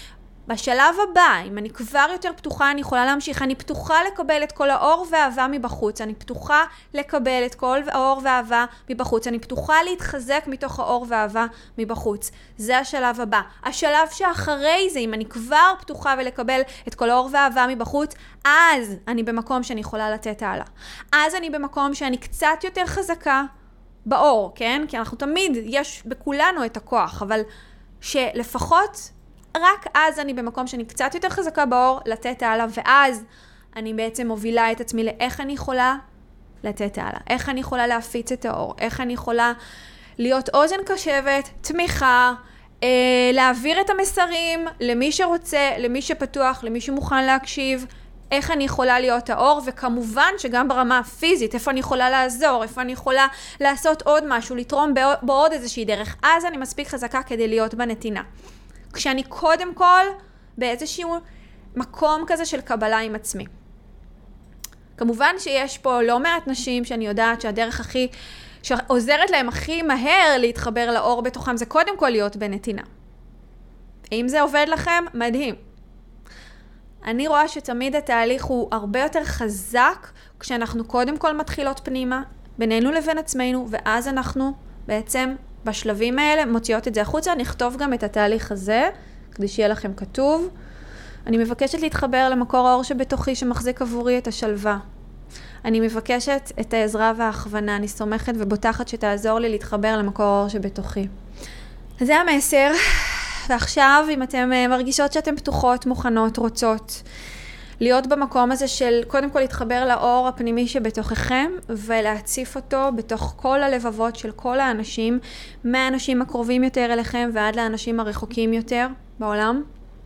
בשלב הבא, אם אני כבר יותר פתוחה, אני יכולה להמשיך, אני פתוחה לקבל את כל האור והאהבה מבחוץ, אני פתוחה לקבל את כל האור והאהבה מבחוץ, אני פתוחה להתחזק מתוך האור והאהבה מבחוץ. זה השלב הבא. השלב שאחרי זה, אם אני כבר פתוחה ולקבל את כל האור והאהבה מבחוץ, אז אני במקום שאני יכולה לתת הלאה. אז אני במקום שאני קצת יותר חזקה באור, כן? כי אנחנו תמיד, יש בכולנו את הכוח, אבל שלפחות רק אז אני במקום שאני קצת יותר חזקה באור, לתת הלאה, ואז אני בעצם מובילה את עצמי לאיך אני יכולה לתת הלאה, איך אני יכולה להפיץ את האור, איך אני יכולה להיות אוזן קשבת, תמיכה, אה, להעביר את המסרים למי שרוצה, למי שפתוח, למי שמוכן להקשיב, איך אני יכולה להיות האור, וכמובן שגם ברמה הפיזית, איפה אני יכולה לעזור, איפה אני יכולה לעשות עוד משהו, לתרום בעוד איזושהי דרך, אז אני מספיק חזקה כדי להיות בנתינה. כשאני קודם כל באיזשהו מקום כזה של קבלה עם עצמי. כמובן שיש פה לא מעט נשים שאני יודעת שהדרך הכי, שעוזרת להם הכי מהר להתחבר לאור בתוכם, זה קודם כל להיות בנתינה. אם זה עובד לכם, מדהים. אני רואה שתמיד התהליך הוא הרבה יותר חזק, כשאנחנו קודם כל מתחילות פנימה, בינינו לבין עצמנו, ואז אנחנו בעצם בשלבים האלה מוציאות את זה החוצה. נכתוב גם את התהליך הזה, כדי שיהיה לכם כתוב. אני מבקשת להתחבר למקור האור שבתוכי שמחזיק עבורי את השלווה. אני מבקשת את העזרה וההכוונה, אני סומכת ובוטחת שתעזור לי להתחבר למקור האור שבתוכי. אז זה המסר, ועכשיו אם אתם מרגישות שאתן פתוחות, מוכנות, רוצות, להיות במקום הזה של קודם כל להתחבר לאור הפנימי שבתוככם, ולהציף אותו בתוך כל הלבבות של כל האנשים, מהאנשים הקרובים יותר אליכם ועד לאנשים הרחוקים יותר בעולם.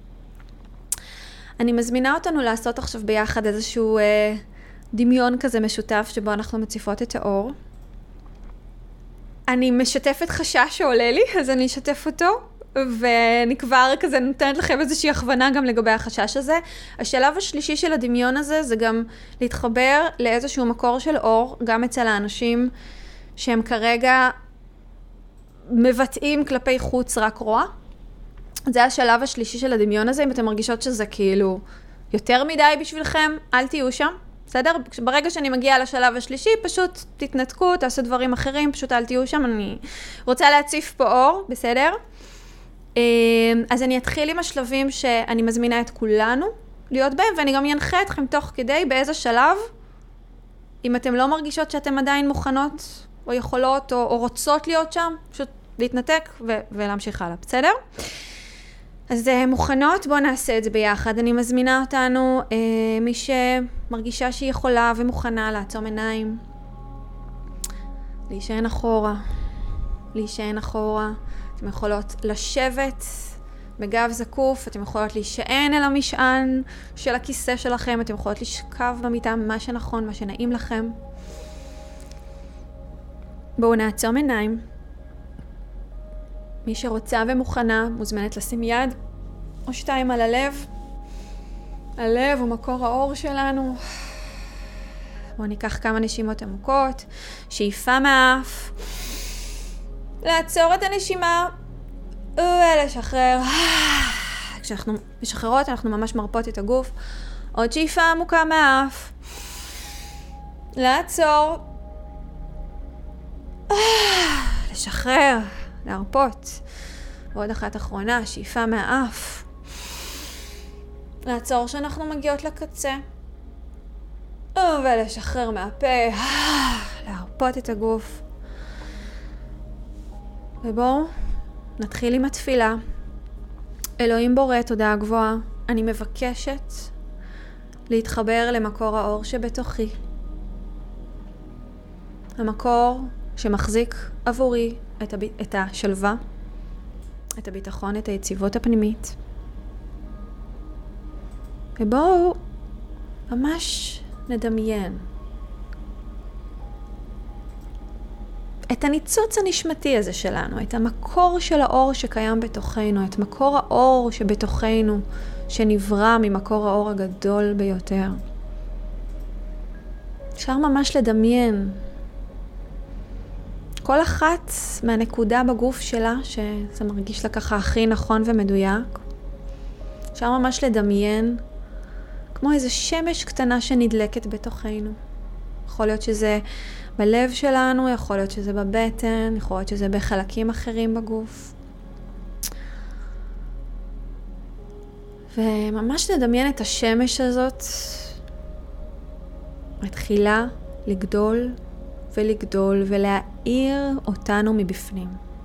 אני מזמינה אותנו לעשות עכשיו ביחד איזשהו אה, דמיון כזה משותף שבו אנחנו מציפות את האור. אני משתפת חשש שעולה לי, אז אני אשתף אותו, ואני כבר כזה נותנת לכם איזושהי הכוונה גם לגבי החשש הזה. השלב השלישי של הדמיון הזה זה גם להתחבר לאיזשהו מקור של אור, גם אצל האנשים שהם כרגע מבטאים כלפי חוץ רק רוע. זה השלב השלישי של הדמיון הזה. אם אתם מרגישות שזה כאילו יותר מדי בשבילכם, אל תהיו שם. בסדר? ברגע שאני מגיעה לשלב השלישי, פשוט תתנתקו, תעשו דברים אחרים, פשוט אל תהיו שם. אני רוצה להציף פה אור, בסדר? אז אני אתחיל עם השלבים שאני מזמינה את כולנו להיות בהם, ואני גם ינחה אתכם תוך כדי באיזה שלב, אם אתם לא מרגישות שאתם עדיין מוכנות או יכולות או, או רוצות להיות שם, פשוט להתנתק ו- ולהמשיך הלאה, בסדר? אז מוכנות, בואו נעשה את זה ביחד. אני מזמינה אותנו, אה, מי שמרגישה שהיא יכולה ומוכנה, לעצום עיניים, להישען אחורה, להישען אחורה. אתם יכולות לשבת בגב זקוף, אתם יכולות להישען אל המשען של הכיסא שלכם, אתם יכולות לשכב במיטה, מה שנכון, מה שנעים לכם. בואו נעצום עיניים. מי שרוצה ומוכנה מוזמנת לשים יד או שתיים על הלב. הלב הוא מקור האור שלנו. בואו ניקח כמה נשימות עמוקות. שאיפה מהאף. לעצור את הנשימה ולשחרר. כשאנחנו משחררות אנחנו ממש מרפות את הגוף. עוד שאיפה עמוקה מהאף. לעצור. לשחרר. להרפות. ועוד אחת אחרונה, שאיפה מהאף. לעצור שאנחנו מגיעות לקצה. ולשחרר מהפה. להרפות את הגוף. ובואו נתחיל עם התפילה. אלוהים בורא, תודה גבוהה. אני מבקשת להתחבר למקור האור שבתוכי. המקור שמחזיק עבורי את, הב... את השלווה, את הביטחון, את היציבות הפנימית. ובואו ממש נדמיין את הניצוץ הנשמתי הזה שלנו, את המקור של האור שקיים בתוכנו, את מקור האור שבתוכנו, שנברא ממקור האור הגדול ביותר. אפשר ממש לדמיין כל אחת מהנקודה בגוף שלה, שזה מרגיש לה ככה הכי נכון ומדויק, אפשר ממש לדמיין כמו איזו שמש קטנה שנדלקת בתוכנו. יכול להיות שזה בלב שלנו, יכול להיות שזה בבטן, יכול להיות שזה בחלקים אחרים בגוף. וממש לדמיין את השמש הזאת מתחילה לגדול ולגדול ולהאיר אותנו מבפנים.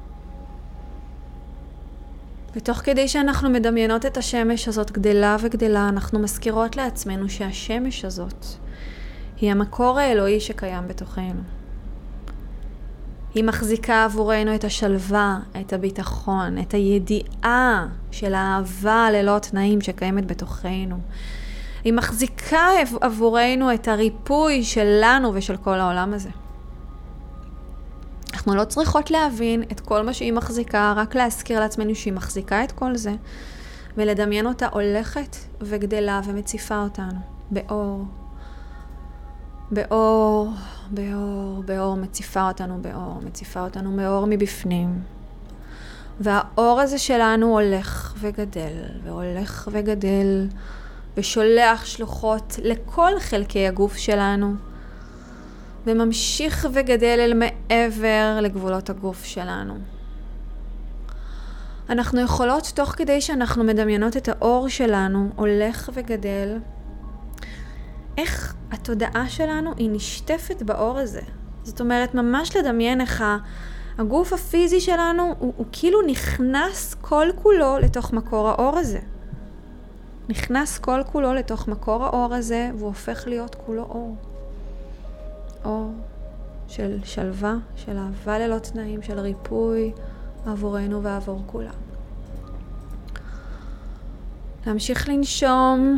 ותוך כדי שאנחנו מדמיינות את השמש הזאת גדלה וגדלה, אנחנו מזכירות לעצמנו שהשמש הזאת היא המקור האלוהי שקיים בתוכנו. היא מחזיקה עבורנו את השלווה, את הביטחון, את הידיעה של האהבה ללא תנאים שקיימת בתוכנו. היא מחזיקה עבורנו את הריפוי שלנו ושל כל העולם הזה. אנחנו לא צריכות להבין את כל מה שהיא מחזיקה, רק להזכיר לעצמנו שהיא מחזיקה את כל זה, ולדמיין אותה הולכת וגדלה ומציפה אותנו באור. באור, באור, באור, מציפה אותנו באור, מציפה אותנו מאור מבפנים. והאור הזה שלנו הולך וגדל, והולך וגדל, ושולח שלוחות לכל חלקי הגוף שלנו, וממשיך וגדל אל מעבר לגבולות הגוף שלנו. אנחנו יכולות, תוך כדי שאנחנו מדמיינות את האור שלנו, הולך וגדל, איך התודעה שלנו היא נשטפת באור הזה. זאת אומרת, ממש לדמיין איך הגוף הפיזי שלנו הוא, הוא כאילו נכנס כל כולו לתוך מקור האור הזה. נכנס כל כולו לתוך מקור האור הזה, והוא הופך להיות כולו אור. אור של שלווה, של אהבה ללא תנאים, של ריפוי עבורנו ועבור כולם. להמשיך לנשום.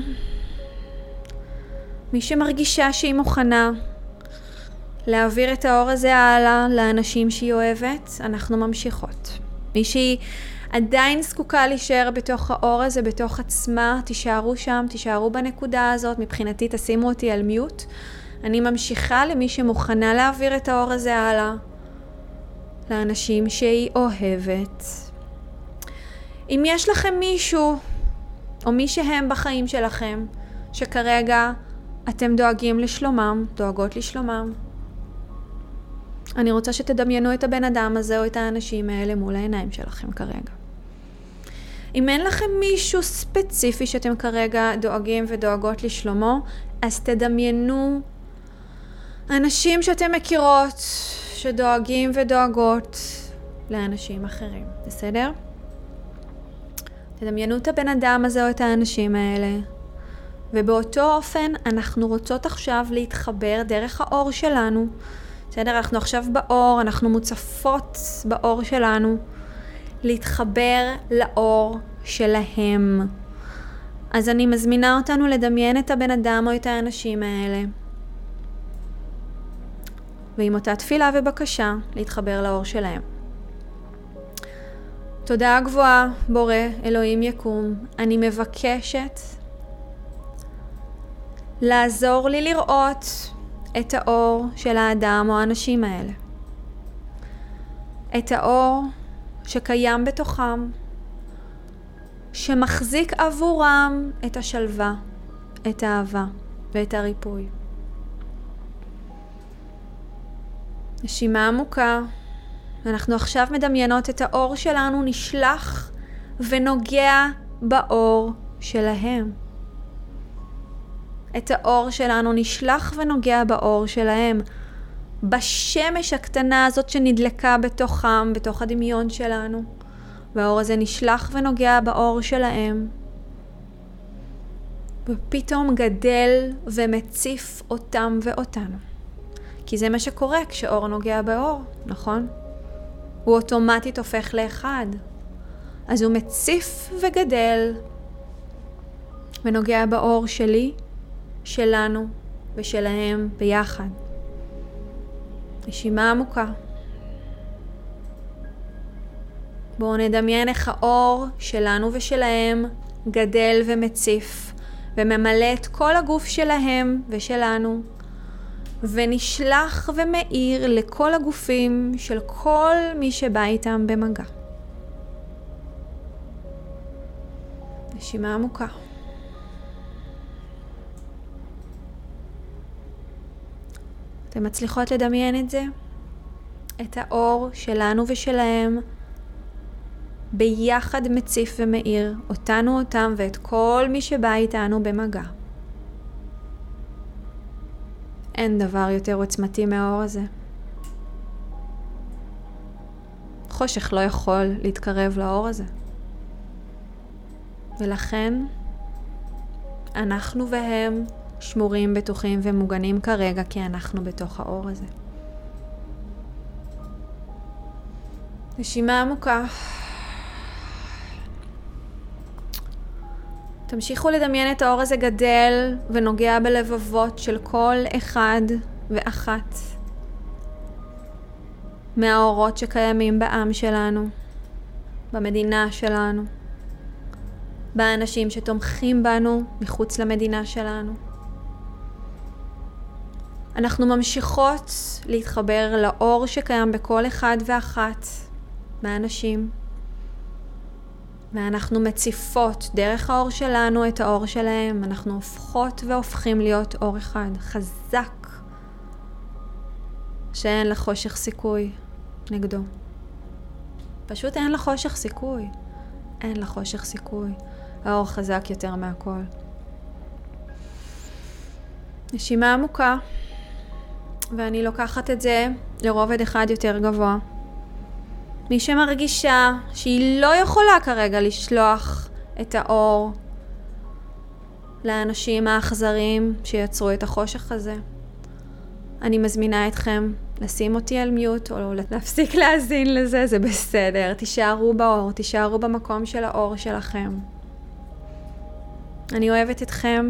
מי שמרגישה שהיא מוכנה להעביר את האור הזה הלאה לאנשים שהיא אוהבת, אנחנו ממשיכות. מי שהיא עדיין זקוקה להישאר בתוך האור הזה, בתוך עצמה, תישארו שם, תישארו בנקודה הזאת. מבחינתי תשימו אותי על מיוט. אני ממשיכה למי שמוכנה להעביר את האור הזה הלאה לאנשים שהיא אוהבת. אם יש לכם מישהו או מי שהם בחיים שלכם שכרגע אתם דואגים לשלומם, דואגות לשלומם, אני רוצה שתדמיינו את הבן אדם הזה או את האנשים האלה מול העיניים שלכם כרגע. אם אין לכם מישהו ספציפי שאתם כרגע דואגים ודואגות לשלומו, אז תדמיינו אנשים שאתם מכירות שדואגים ודואגות לאנשים אחרים. בסדר? תדמיינו את הבן אדם הזה או את האנשים האלה. ובאותו אופן אנחנו רוצות עכשיו להתחבר דרך האור שלנו. בסדר? אנחנו עכשיו באור, אנחנו מוצפות באור שלנו. להתחבר לאור שלהם. אז אני מזמינה אותנו לדמיין את הבן אדם או את האנשים האלה. ועם אותה תפילה ובקשה להתחבר לאור שלהם. תודה גבוהה, בורא, אלוהים יקום. אני מבקשת לעזור לי לראות את האור של האדם או האנשים האלה. את האור שקיים בתוכם, שמחזיק עבורם את השלווה, את האהבה ואת הריפוי. נשימה עמוקה. אנחנו עכשיו מדמיינות את האור שלנו נשלח ונוגע באור שלהם. את האור שלנו נשלח ונוגע באור שלהם. בשמש הקטנה הזאת שנדלקה בתוכם, בתוך הדמיון שלנו. והאור הזה נשלח ונוגע באור שלהם. ופתאום גדל ומציף אותם ואותנו. כי זה מה שקורה כשאור נוגע באור, נכון? הוא אוטומטית הופך לאחד. אז הוא מציף וגדל ונוגע באור שלי, שלנו ושלהם ביחד. נשימה עמוקה. בואו נדמיין איך האור שלנו ושלהם גדל ומציף וממלא את כל הגוף שלהם ושלנו, ונשלח ומאיר לכל הגופים של כל מי שבא איתם במגע. נשימה עמוקה. אתן מצליחות לדמיין את זה? את האור שלנו ושלהם ביחד מציף ומאיר אותנו אותם ואת כל מי שבא איתנו במגע. אין דבר יותר עוצמתי מהאור הזה. חושך לא יכול להתקרב לאור הזה. ולכן אנחנו והם שמורים, בטוחים ומוגנים כרגע, כי אנחנו בתוך האור הזה. נשימה עמוקה. תמשיכו לדמיין את האור הזה גדל ונוגע בלבבות של כל אחד ואחת מהאורות שקיימים בעם שלנו, במדינה שלנו, באנשים שתומכים בנו מחוץ למדינה שלנו. אנחנו ממשיכות להתחבר לאור שקיים בכל אחד ואחת מהאנשים, ואנחנו מציפות דרך האור שלנו את האור שלהם. אנחנו הופכות והופכים להיות אור אחד חזק שאין לחושך סיכוי נגדו. פשוט אין לחושך סיכוי. אין לחושך סיכוי. האור חזק יותר מהכל. נשימה עמוקה, ואני לוקחת את זה לרובד אחד יותר גבוה. מי שמרגישה שהיא לא יכולה כרגע לשלוח את האור לאנשים האכזרים שיצרו את החושך הזה, אני מזמינה אתכם לשים אותי על מיוט או להפסיק להאזין לזה, זה בסדר. תישארו באור, תישארו במקום של האור שלכם. אני אוהבת אתכם,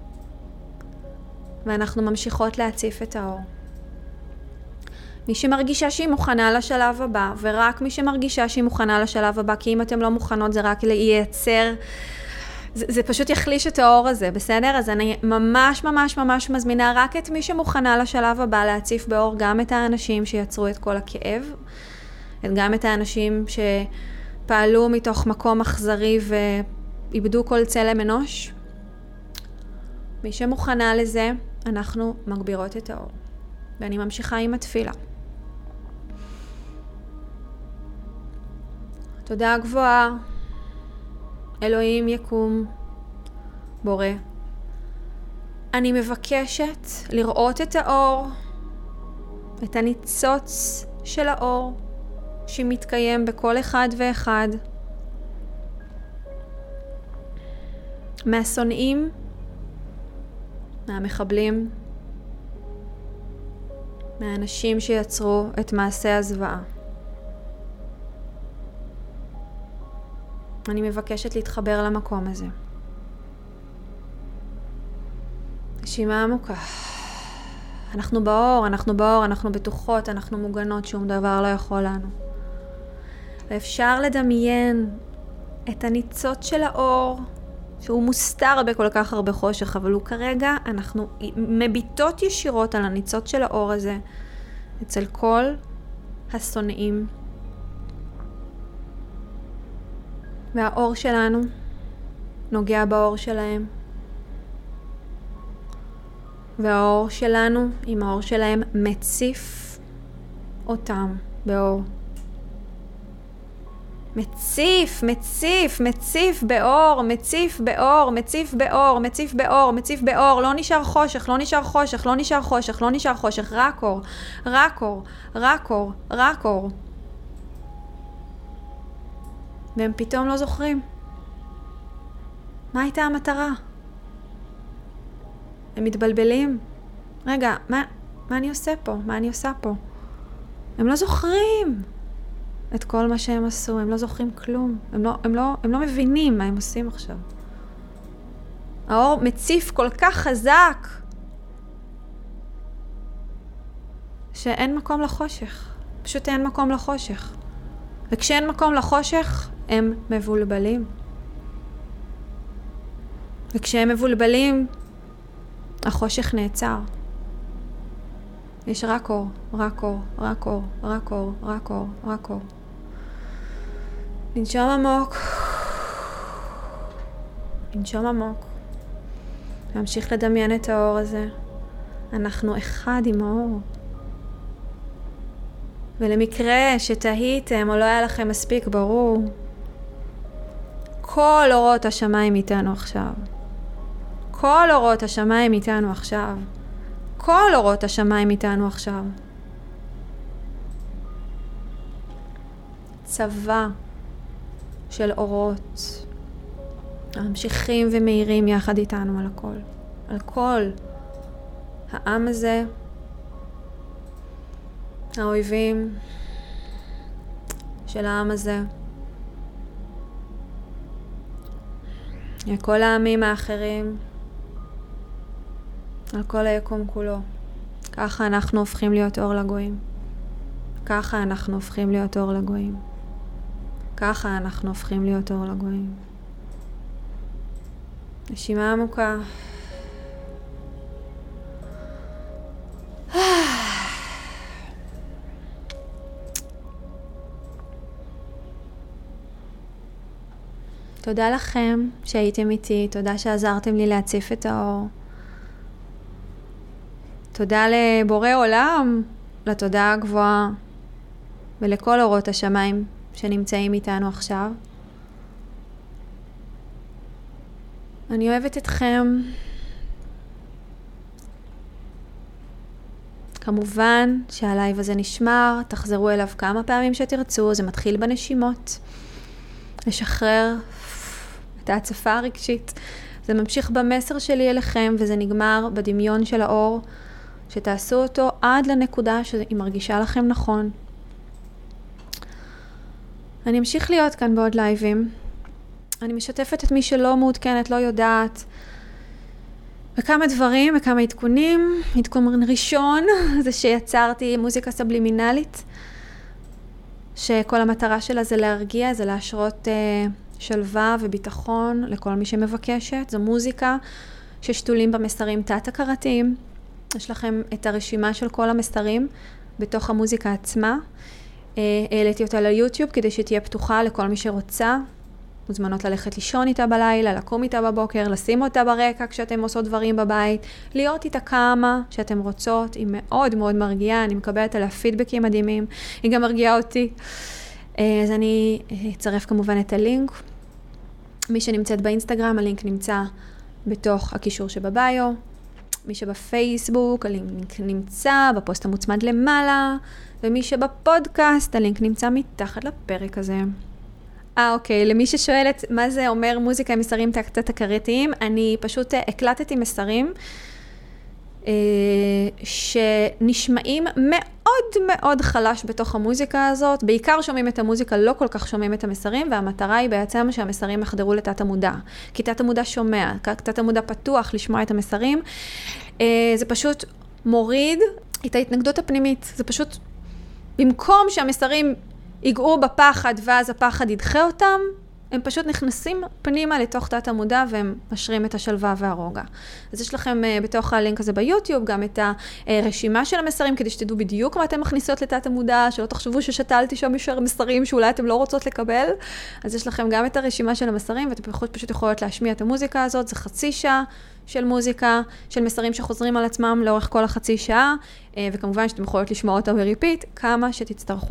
ואנחנו ממשיכות להציף את האור. מי שמרגישה שהיא מוכנה לשלב הבא, ורק מי שמרגישה שהיא מוכנה לשלב הבא, כי אם אתם לא מוכנות זה רק לייצר, זה, זה פשוט יחליש את האור הזה, בסדר? אז אני ממש ממש ממש מזמינה רק את מי שמוכנה לשלב הבא להציף באור גם את האנשים שיצרו את כל הכאב, גם את האנשים שפעלו מתוך מקום אכזרי ואיבדו כל צלם אנוש. מי שמוכנה לזה, אנחנו מגבירות את האור. ואני ממשיכה עם התפילה. תודה גבוהה, אלוהים יקום, בורא. אני מבקשת לראות את האור, את הניצוץ של האור שמתקיים בכל אחד ואחד. מהשונאים, מהמחבלים, מהאנשים שיצרו את מעשה הזוועה. אני מבקשת להתחבר למקום הזה. נשימה עמוקה. אנחנו באור, אנחנו באור, אנחנו בטוחות, אנחנו מוגנות, שום דבר לא יכול לנו. ואפשר לדמיין את הניצוץ של האור, שהוא מוסתר בכל כך הרבה חושך, אבל הוא כרגע, אנחנו מביטות ישירות על הניצוץ של האור הזה, אצל כל השונאים. והאור שלנו נוגע באור שלהם. והאור שלנו עם האור שלהם מציף אותם באור. מציף, מציף, מציף באור, מציף באור, מציף באור, מציף באור, מציף באור. לא נשאר חושך, לא נשאר חושך, לא נשאר חושך, לא נשאר חושך, רק אור, רק אור, רק אור, רק אור. והם פתאום לא זוכרים. מה הייתה המטרה? הם מתבלבלים. רגע, מה, מה אני עושה פה? מה אני עושה פה? הם לא זוכרים את כל מה שהם עשו. הם לא זוכרים כלום. הם לא, הם לא, הם לא מבינים מה הם עושים עכשיו. האור מציף כל כך חזק שאין מקום לחושך. פשוט אין מקום לחושך. וכשאין מקום לחושך, הם מבולבלים. וכשהם מבולבלים, החושך נעצר. יש רק אור, רק אור, רק אור, רק אור, רק אור, רק אור. ננשום עמוק. לנשום עמוק. להמשיך לדמיין את האור הזה. אנחנו אחד עם האור. ולמקרה שתהיתם או לא היה לכם מספיק ברור, כל אורות השמיים איתנו עכשיו. כל אורות השמיים איתנו עכשיו. כל אורות השמיים איתנו עכשיו. צבא של אורות ממשיכים ומאירים יחד איתנו על הכל. על כל העם הזה, האויבים של העם הזה, כל העמים האחרים, על כל היקום כולו. ככה אנחנו הופכים להיות אור לגויים. ככה אנחנו הופכים להיות אור לגויים. ככה אנחנו הופכים להיות אור לגויים. נשימה עמוקה. תודה לכם שהייתם איתי, תודה שעזרתם לי להציף את האור. תודה לבורא עולם, לתודה הגבוהה ולכל אורות השמיים שנמצאים איתנו עכשיו. אני אוהבת אתכם. כמובן שהלייב הזה נשמר, תחזרו אליו כמה פעמים שתרצו, זה מתחיל בנשימות. לשחרר את ההצפה הרגשית. זה ממשיך במסר שלי אליכם וזה נגמר בדמיון של האור, שתעשו אותו עד לנקודה שהיא מרגישה לכם נכון. אני אמשיך להיות כאן בעוד לייבים. אני משתפת את מי שלא מעודכנת, לא יודעת. וכמה דברים וכמה עדכונים. עדכון ראשון זה שיצרתי מוזיקה סבלימינלית, שכל המטרה שלה זה להרגיע, זה להשרות uh, שלווה וביטחון לכל מי שמבקשת. זו מוזיקה ששתולים במסרים תת-הכרתיים. יש לכם את הרשימה של כל המסרים בתוך המוזיקה עצמה. Uh, העליתי אותה ליוטיוב כדי שתהיה פתוחה לכל מי שרוצה. מוזמנות ללכת לישון איתה בלילה, לקום איתה בבוקר, לשים אותה ברקע כשאתם עושות דברים בבית, להיות איתה כמה שאתם רוצות. היא מאוד מאוד מרגיעה, אני מקבלת עליה פידבקים מדהימים, היא גם מרגיעה אותי. אז אני אצרף כמובן את הלינק. מי שנמצאת באינסטגרם, הלינק נמצא בתוך הקישור שבביו. מי שבפייסבוק, הלינק נמצא בפוסט המוצמד למעלה, ומי שבפודקאסט, הלינק נמצא מתחת לפרק הזה. אה, אוקיי, למי ששואלת מה זה אומר מוזיקה עם מסרים תת-הכרתיים, אני פשוט הקלטתי מסרים אה, שנשמעים מאוד מאוד חלש בתוך המוזיקה הזאת. בעיקר שומעים את המוזיקה, לא כל כך שומעים את המסרים, והמטרה היא בעצם שהמסרים יחדרו לתת המודע. כי תת המודע שומע, תת המודע פתוח לשמוע את המסרים. אה, זה פשוט מוריד את ההתנגדות הפנימית. זה פשוט, במקום שהמסרים יגעו בפחד ואז הפחד ידחה אותם, הם פשוט נכנסים פנימה לתוך תת המודע והם משרים את השלווה והרוגע. אז יש לכם uh, בתוך הלינק הזה ביוטיוב גם את הרשימה של המסרים, כדי שתדעו בדיוק מה אתם מכניסות לתת המודע, שלא תחשבו ששתלתי שם מסרים שאולי אתם לא רוצות לקבל. אז יש לכם גם את הרשימה של המסרים, ואתם פשוט, פשוט יכולות להשמיע את המוזיקה הזאת. זה חצי שעה של מוזיקה, של מסרים שחוזרים על עצמם לאורך כל החצי שעה, uh, וכמובן שאתם יכולות לשמוע אותה בריפיט כמה שתצטרכו.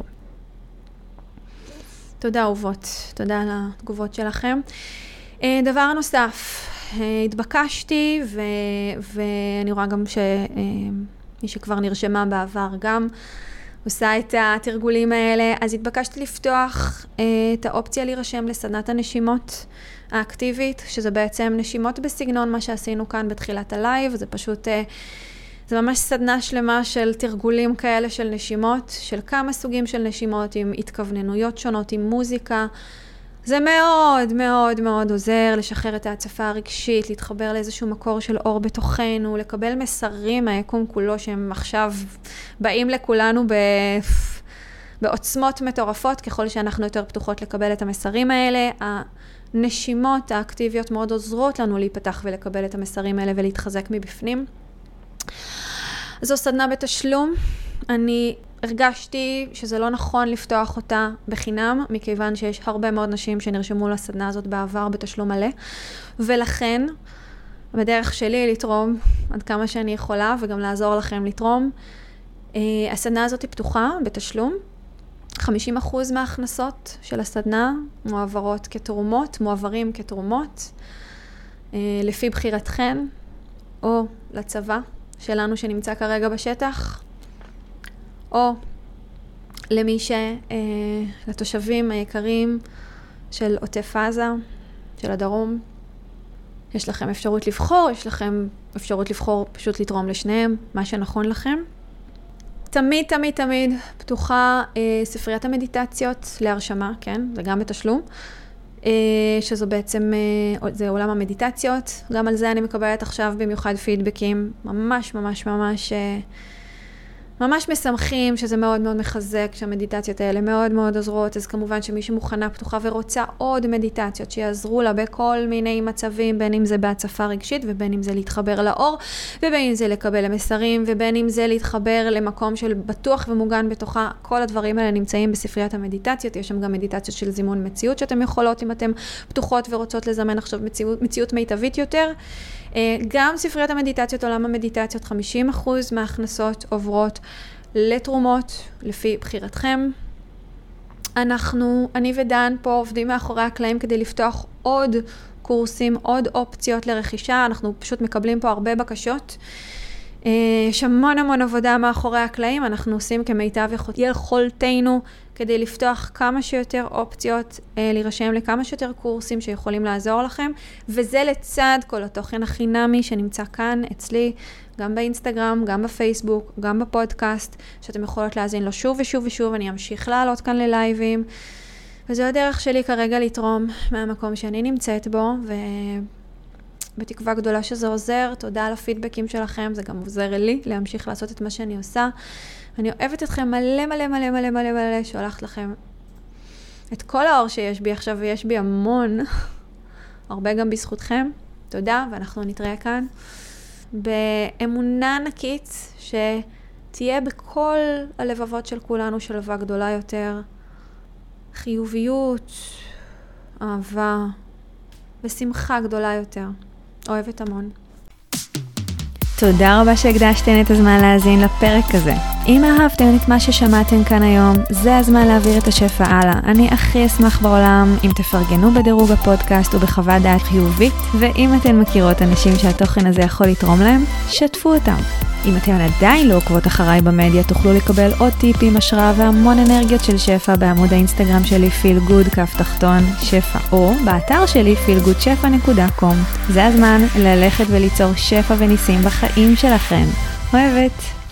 תודה אהובות, תודה על התגובות שלכם. דבר נוסף, התבקשתי ו... ואני רואה גם שמי שכבר נרשמה בעבר גם עושה את התרגולים האלה, אז התבקשתי לפתוח את האופציה להירשם לסדנת הנשימות האקטיבית, שזה בעצם נשימות בסגנון מה שעשינו כאן בתחילת הלייב. זה פשוט, זה ממש סדנה שלמה של תרגולים כאלה של נשימות, של כמה סוגים של נשימות, עם התכווננויות שונות, עם מוזיקה. זה מאוד מאוד מאוד עוזר לשחרר את ההצפה הרגשית, להתחבר לאיזשהו מקור של אור בתוכנו, לקבל מסרים מהיקום כולו שהם עכשיו באים לכולנו ב... בעוצמות מטורפות, ככל שאנחנו יותר פתוחות לקבל את המסרים האלה. הנשימות האקטיביות מאוד עוזרות לנו להיפתח ולקבל את המסרים האלה ולהתחזק מבפנים. זו סדנה בתשלום. אני הרגשתי שזה לא נכון לפתוח אותה בחינם, מכיוון שיש הרבה מאוד נשים שנרשמו לסדנה הזאת בעבר בתשלום מלא, ולכן, בדרך שלי לתרום עד כמה שאני יכולה, וגם לעזור לכם לתרום, הסדנה הזאת היא פתוחה בתשלום. חמישים אחוז מההכנסות של הסדנה מועברות כתרומות, מועברים כתרומות, לפי בחירתכן, או לצבא שלנו שנמצא כרגע בשטח, או למי ש... לתושבים היקרים של עוטף עזה, של הדרום. יש לכם אפשרות לבחור, יש לכם אפשרות לבחור פשוט לתרום לשניהם, מה שנכון לכם. תמיד, תמיד, תמיד פתוחה אה, ספריית המדיטציות להרשמה, כן? זה גם בתשלום, אה, שזו בעצם, אה, זה עולם המדיטציות. גם על זה אני מקבלת עכשיו במיוחד פידבקים, ממש, ממש, ממש, אה, ממש משמחים, שזה מאוד מאוד מחזק, שהמדיטציות האלה מאוד מאוד עוזרות. אז כמובן שמי שמוכנה, פתוחה ורוצה עוד מדיטציות שיעזרו לה בכל מיני מצבים, בין אם זה בהצפה רגשית, ובין אם זה להתחבר לאור, ובין אם זה לקבל מסרים, ובין אם זה להתחבר למקום של בטוח ומוגן בתוכה. כל הדברים האלה נמצאים בספריית המדיטציות. יש שם גם מדיטציות של זימון מציאות שאתם יכולות, אם אתם פתוחות ורוצות לזמן עכשיו מציאות, מציאות מיטבית יותר. גם ספריית המדיטציות, עולם המדיטציות, חמישים אחוז מההכנסות עוברות לתרומות, לפי בחירתכם. אנחנו, אני ודן פה עובדים מאחורי הקלעים כדי לפתוח עוד קורסים, עוד אופציות לרכישה. אנחנו פשוט מקבלים פה הרבה בקשות. יש המון המון עבודה מאחורי הקלעים, אנחנו עושים כמיטב יכולתנו כדי לפתוח כמה שיותר אופציות, להירשם לכמה שיותר קורסים שיכולים לעזור לכם, וזה לצד כל התוכן החינמי שנמצא כאן אצלי, גם באינסטגרם, גם בפייסבוק, גם בפודקאסט, שאתם יכולות להזין לו שוב ושוב ושוב. אני אמשיך לעלות כאן ללייבים, וזו הדרך שלי כרגע לתרום מהמקום שאני נמצאת בו, ו... בתקווה גדולה שזה עוזר. תודה על הפידבקים שלכם, זה גם עוזר לי להמשיך לעשות את מה שאני עושה. אני אוהבת אתכם מלא מלא מלא מלא מלא מלא, שולחת לכם את כל האור שיש בי עכשיו, ויש בי המון, הרבה גם בזכותכם. תודה, ואנחנו נתראה כאן באמונה ענקית שתהיה בכל הלבבות של כולנו שלווה גדולה יותר, חיוביות, אהבה ושמחה גדולה יותר. אוהבת המון. תודה רבה שהקדשתן את הזמן להאזין לפרק הזה. אם אהבתם את מה ששמעתם כאן היום, זה הזמן להעביר את השפע הלאה. אני הכי אשמח בעולם אם תפרגנו בדירוג הפודקאסט ובחוות דעת חיובית, ואם אתן מכירות אנשים שהתוכן הזה יכול לתרום להם, שתפו אותם. אם אתן עדיין לא עוקבות אחריי במדיה, תוכלו לקבל עוד טיפים, השראה והמון אנרגיות של שפע בעמוד האינסטגרם שלי פיל גוד כף תחתון שפע, או באתר שלי פיל גוד שפע נקודה קום. זה הזמן ללכת וליצור שפע וניסים בחיים שלכם. אוהבת.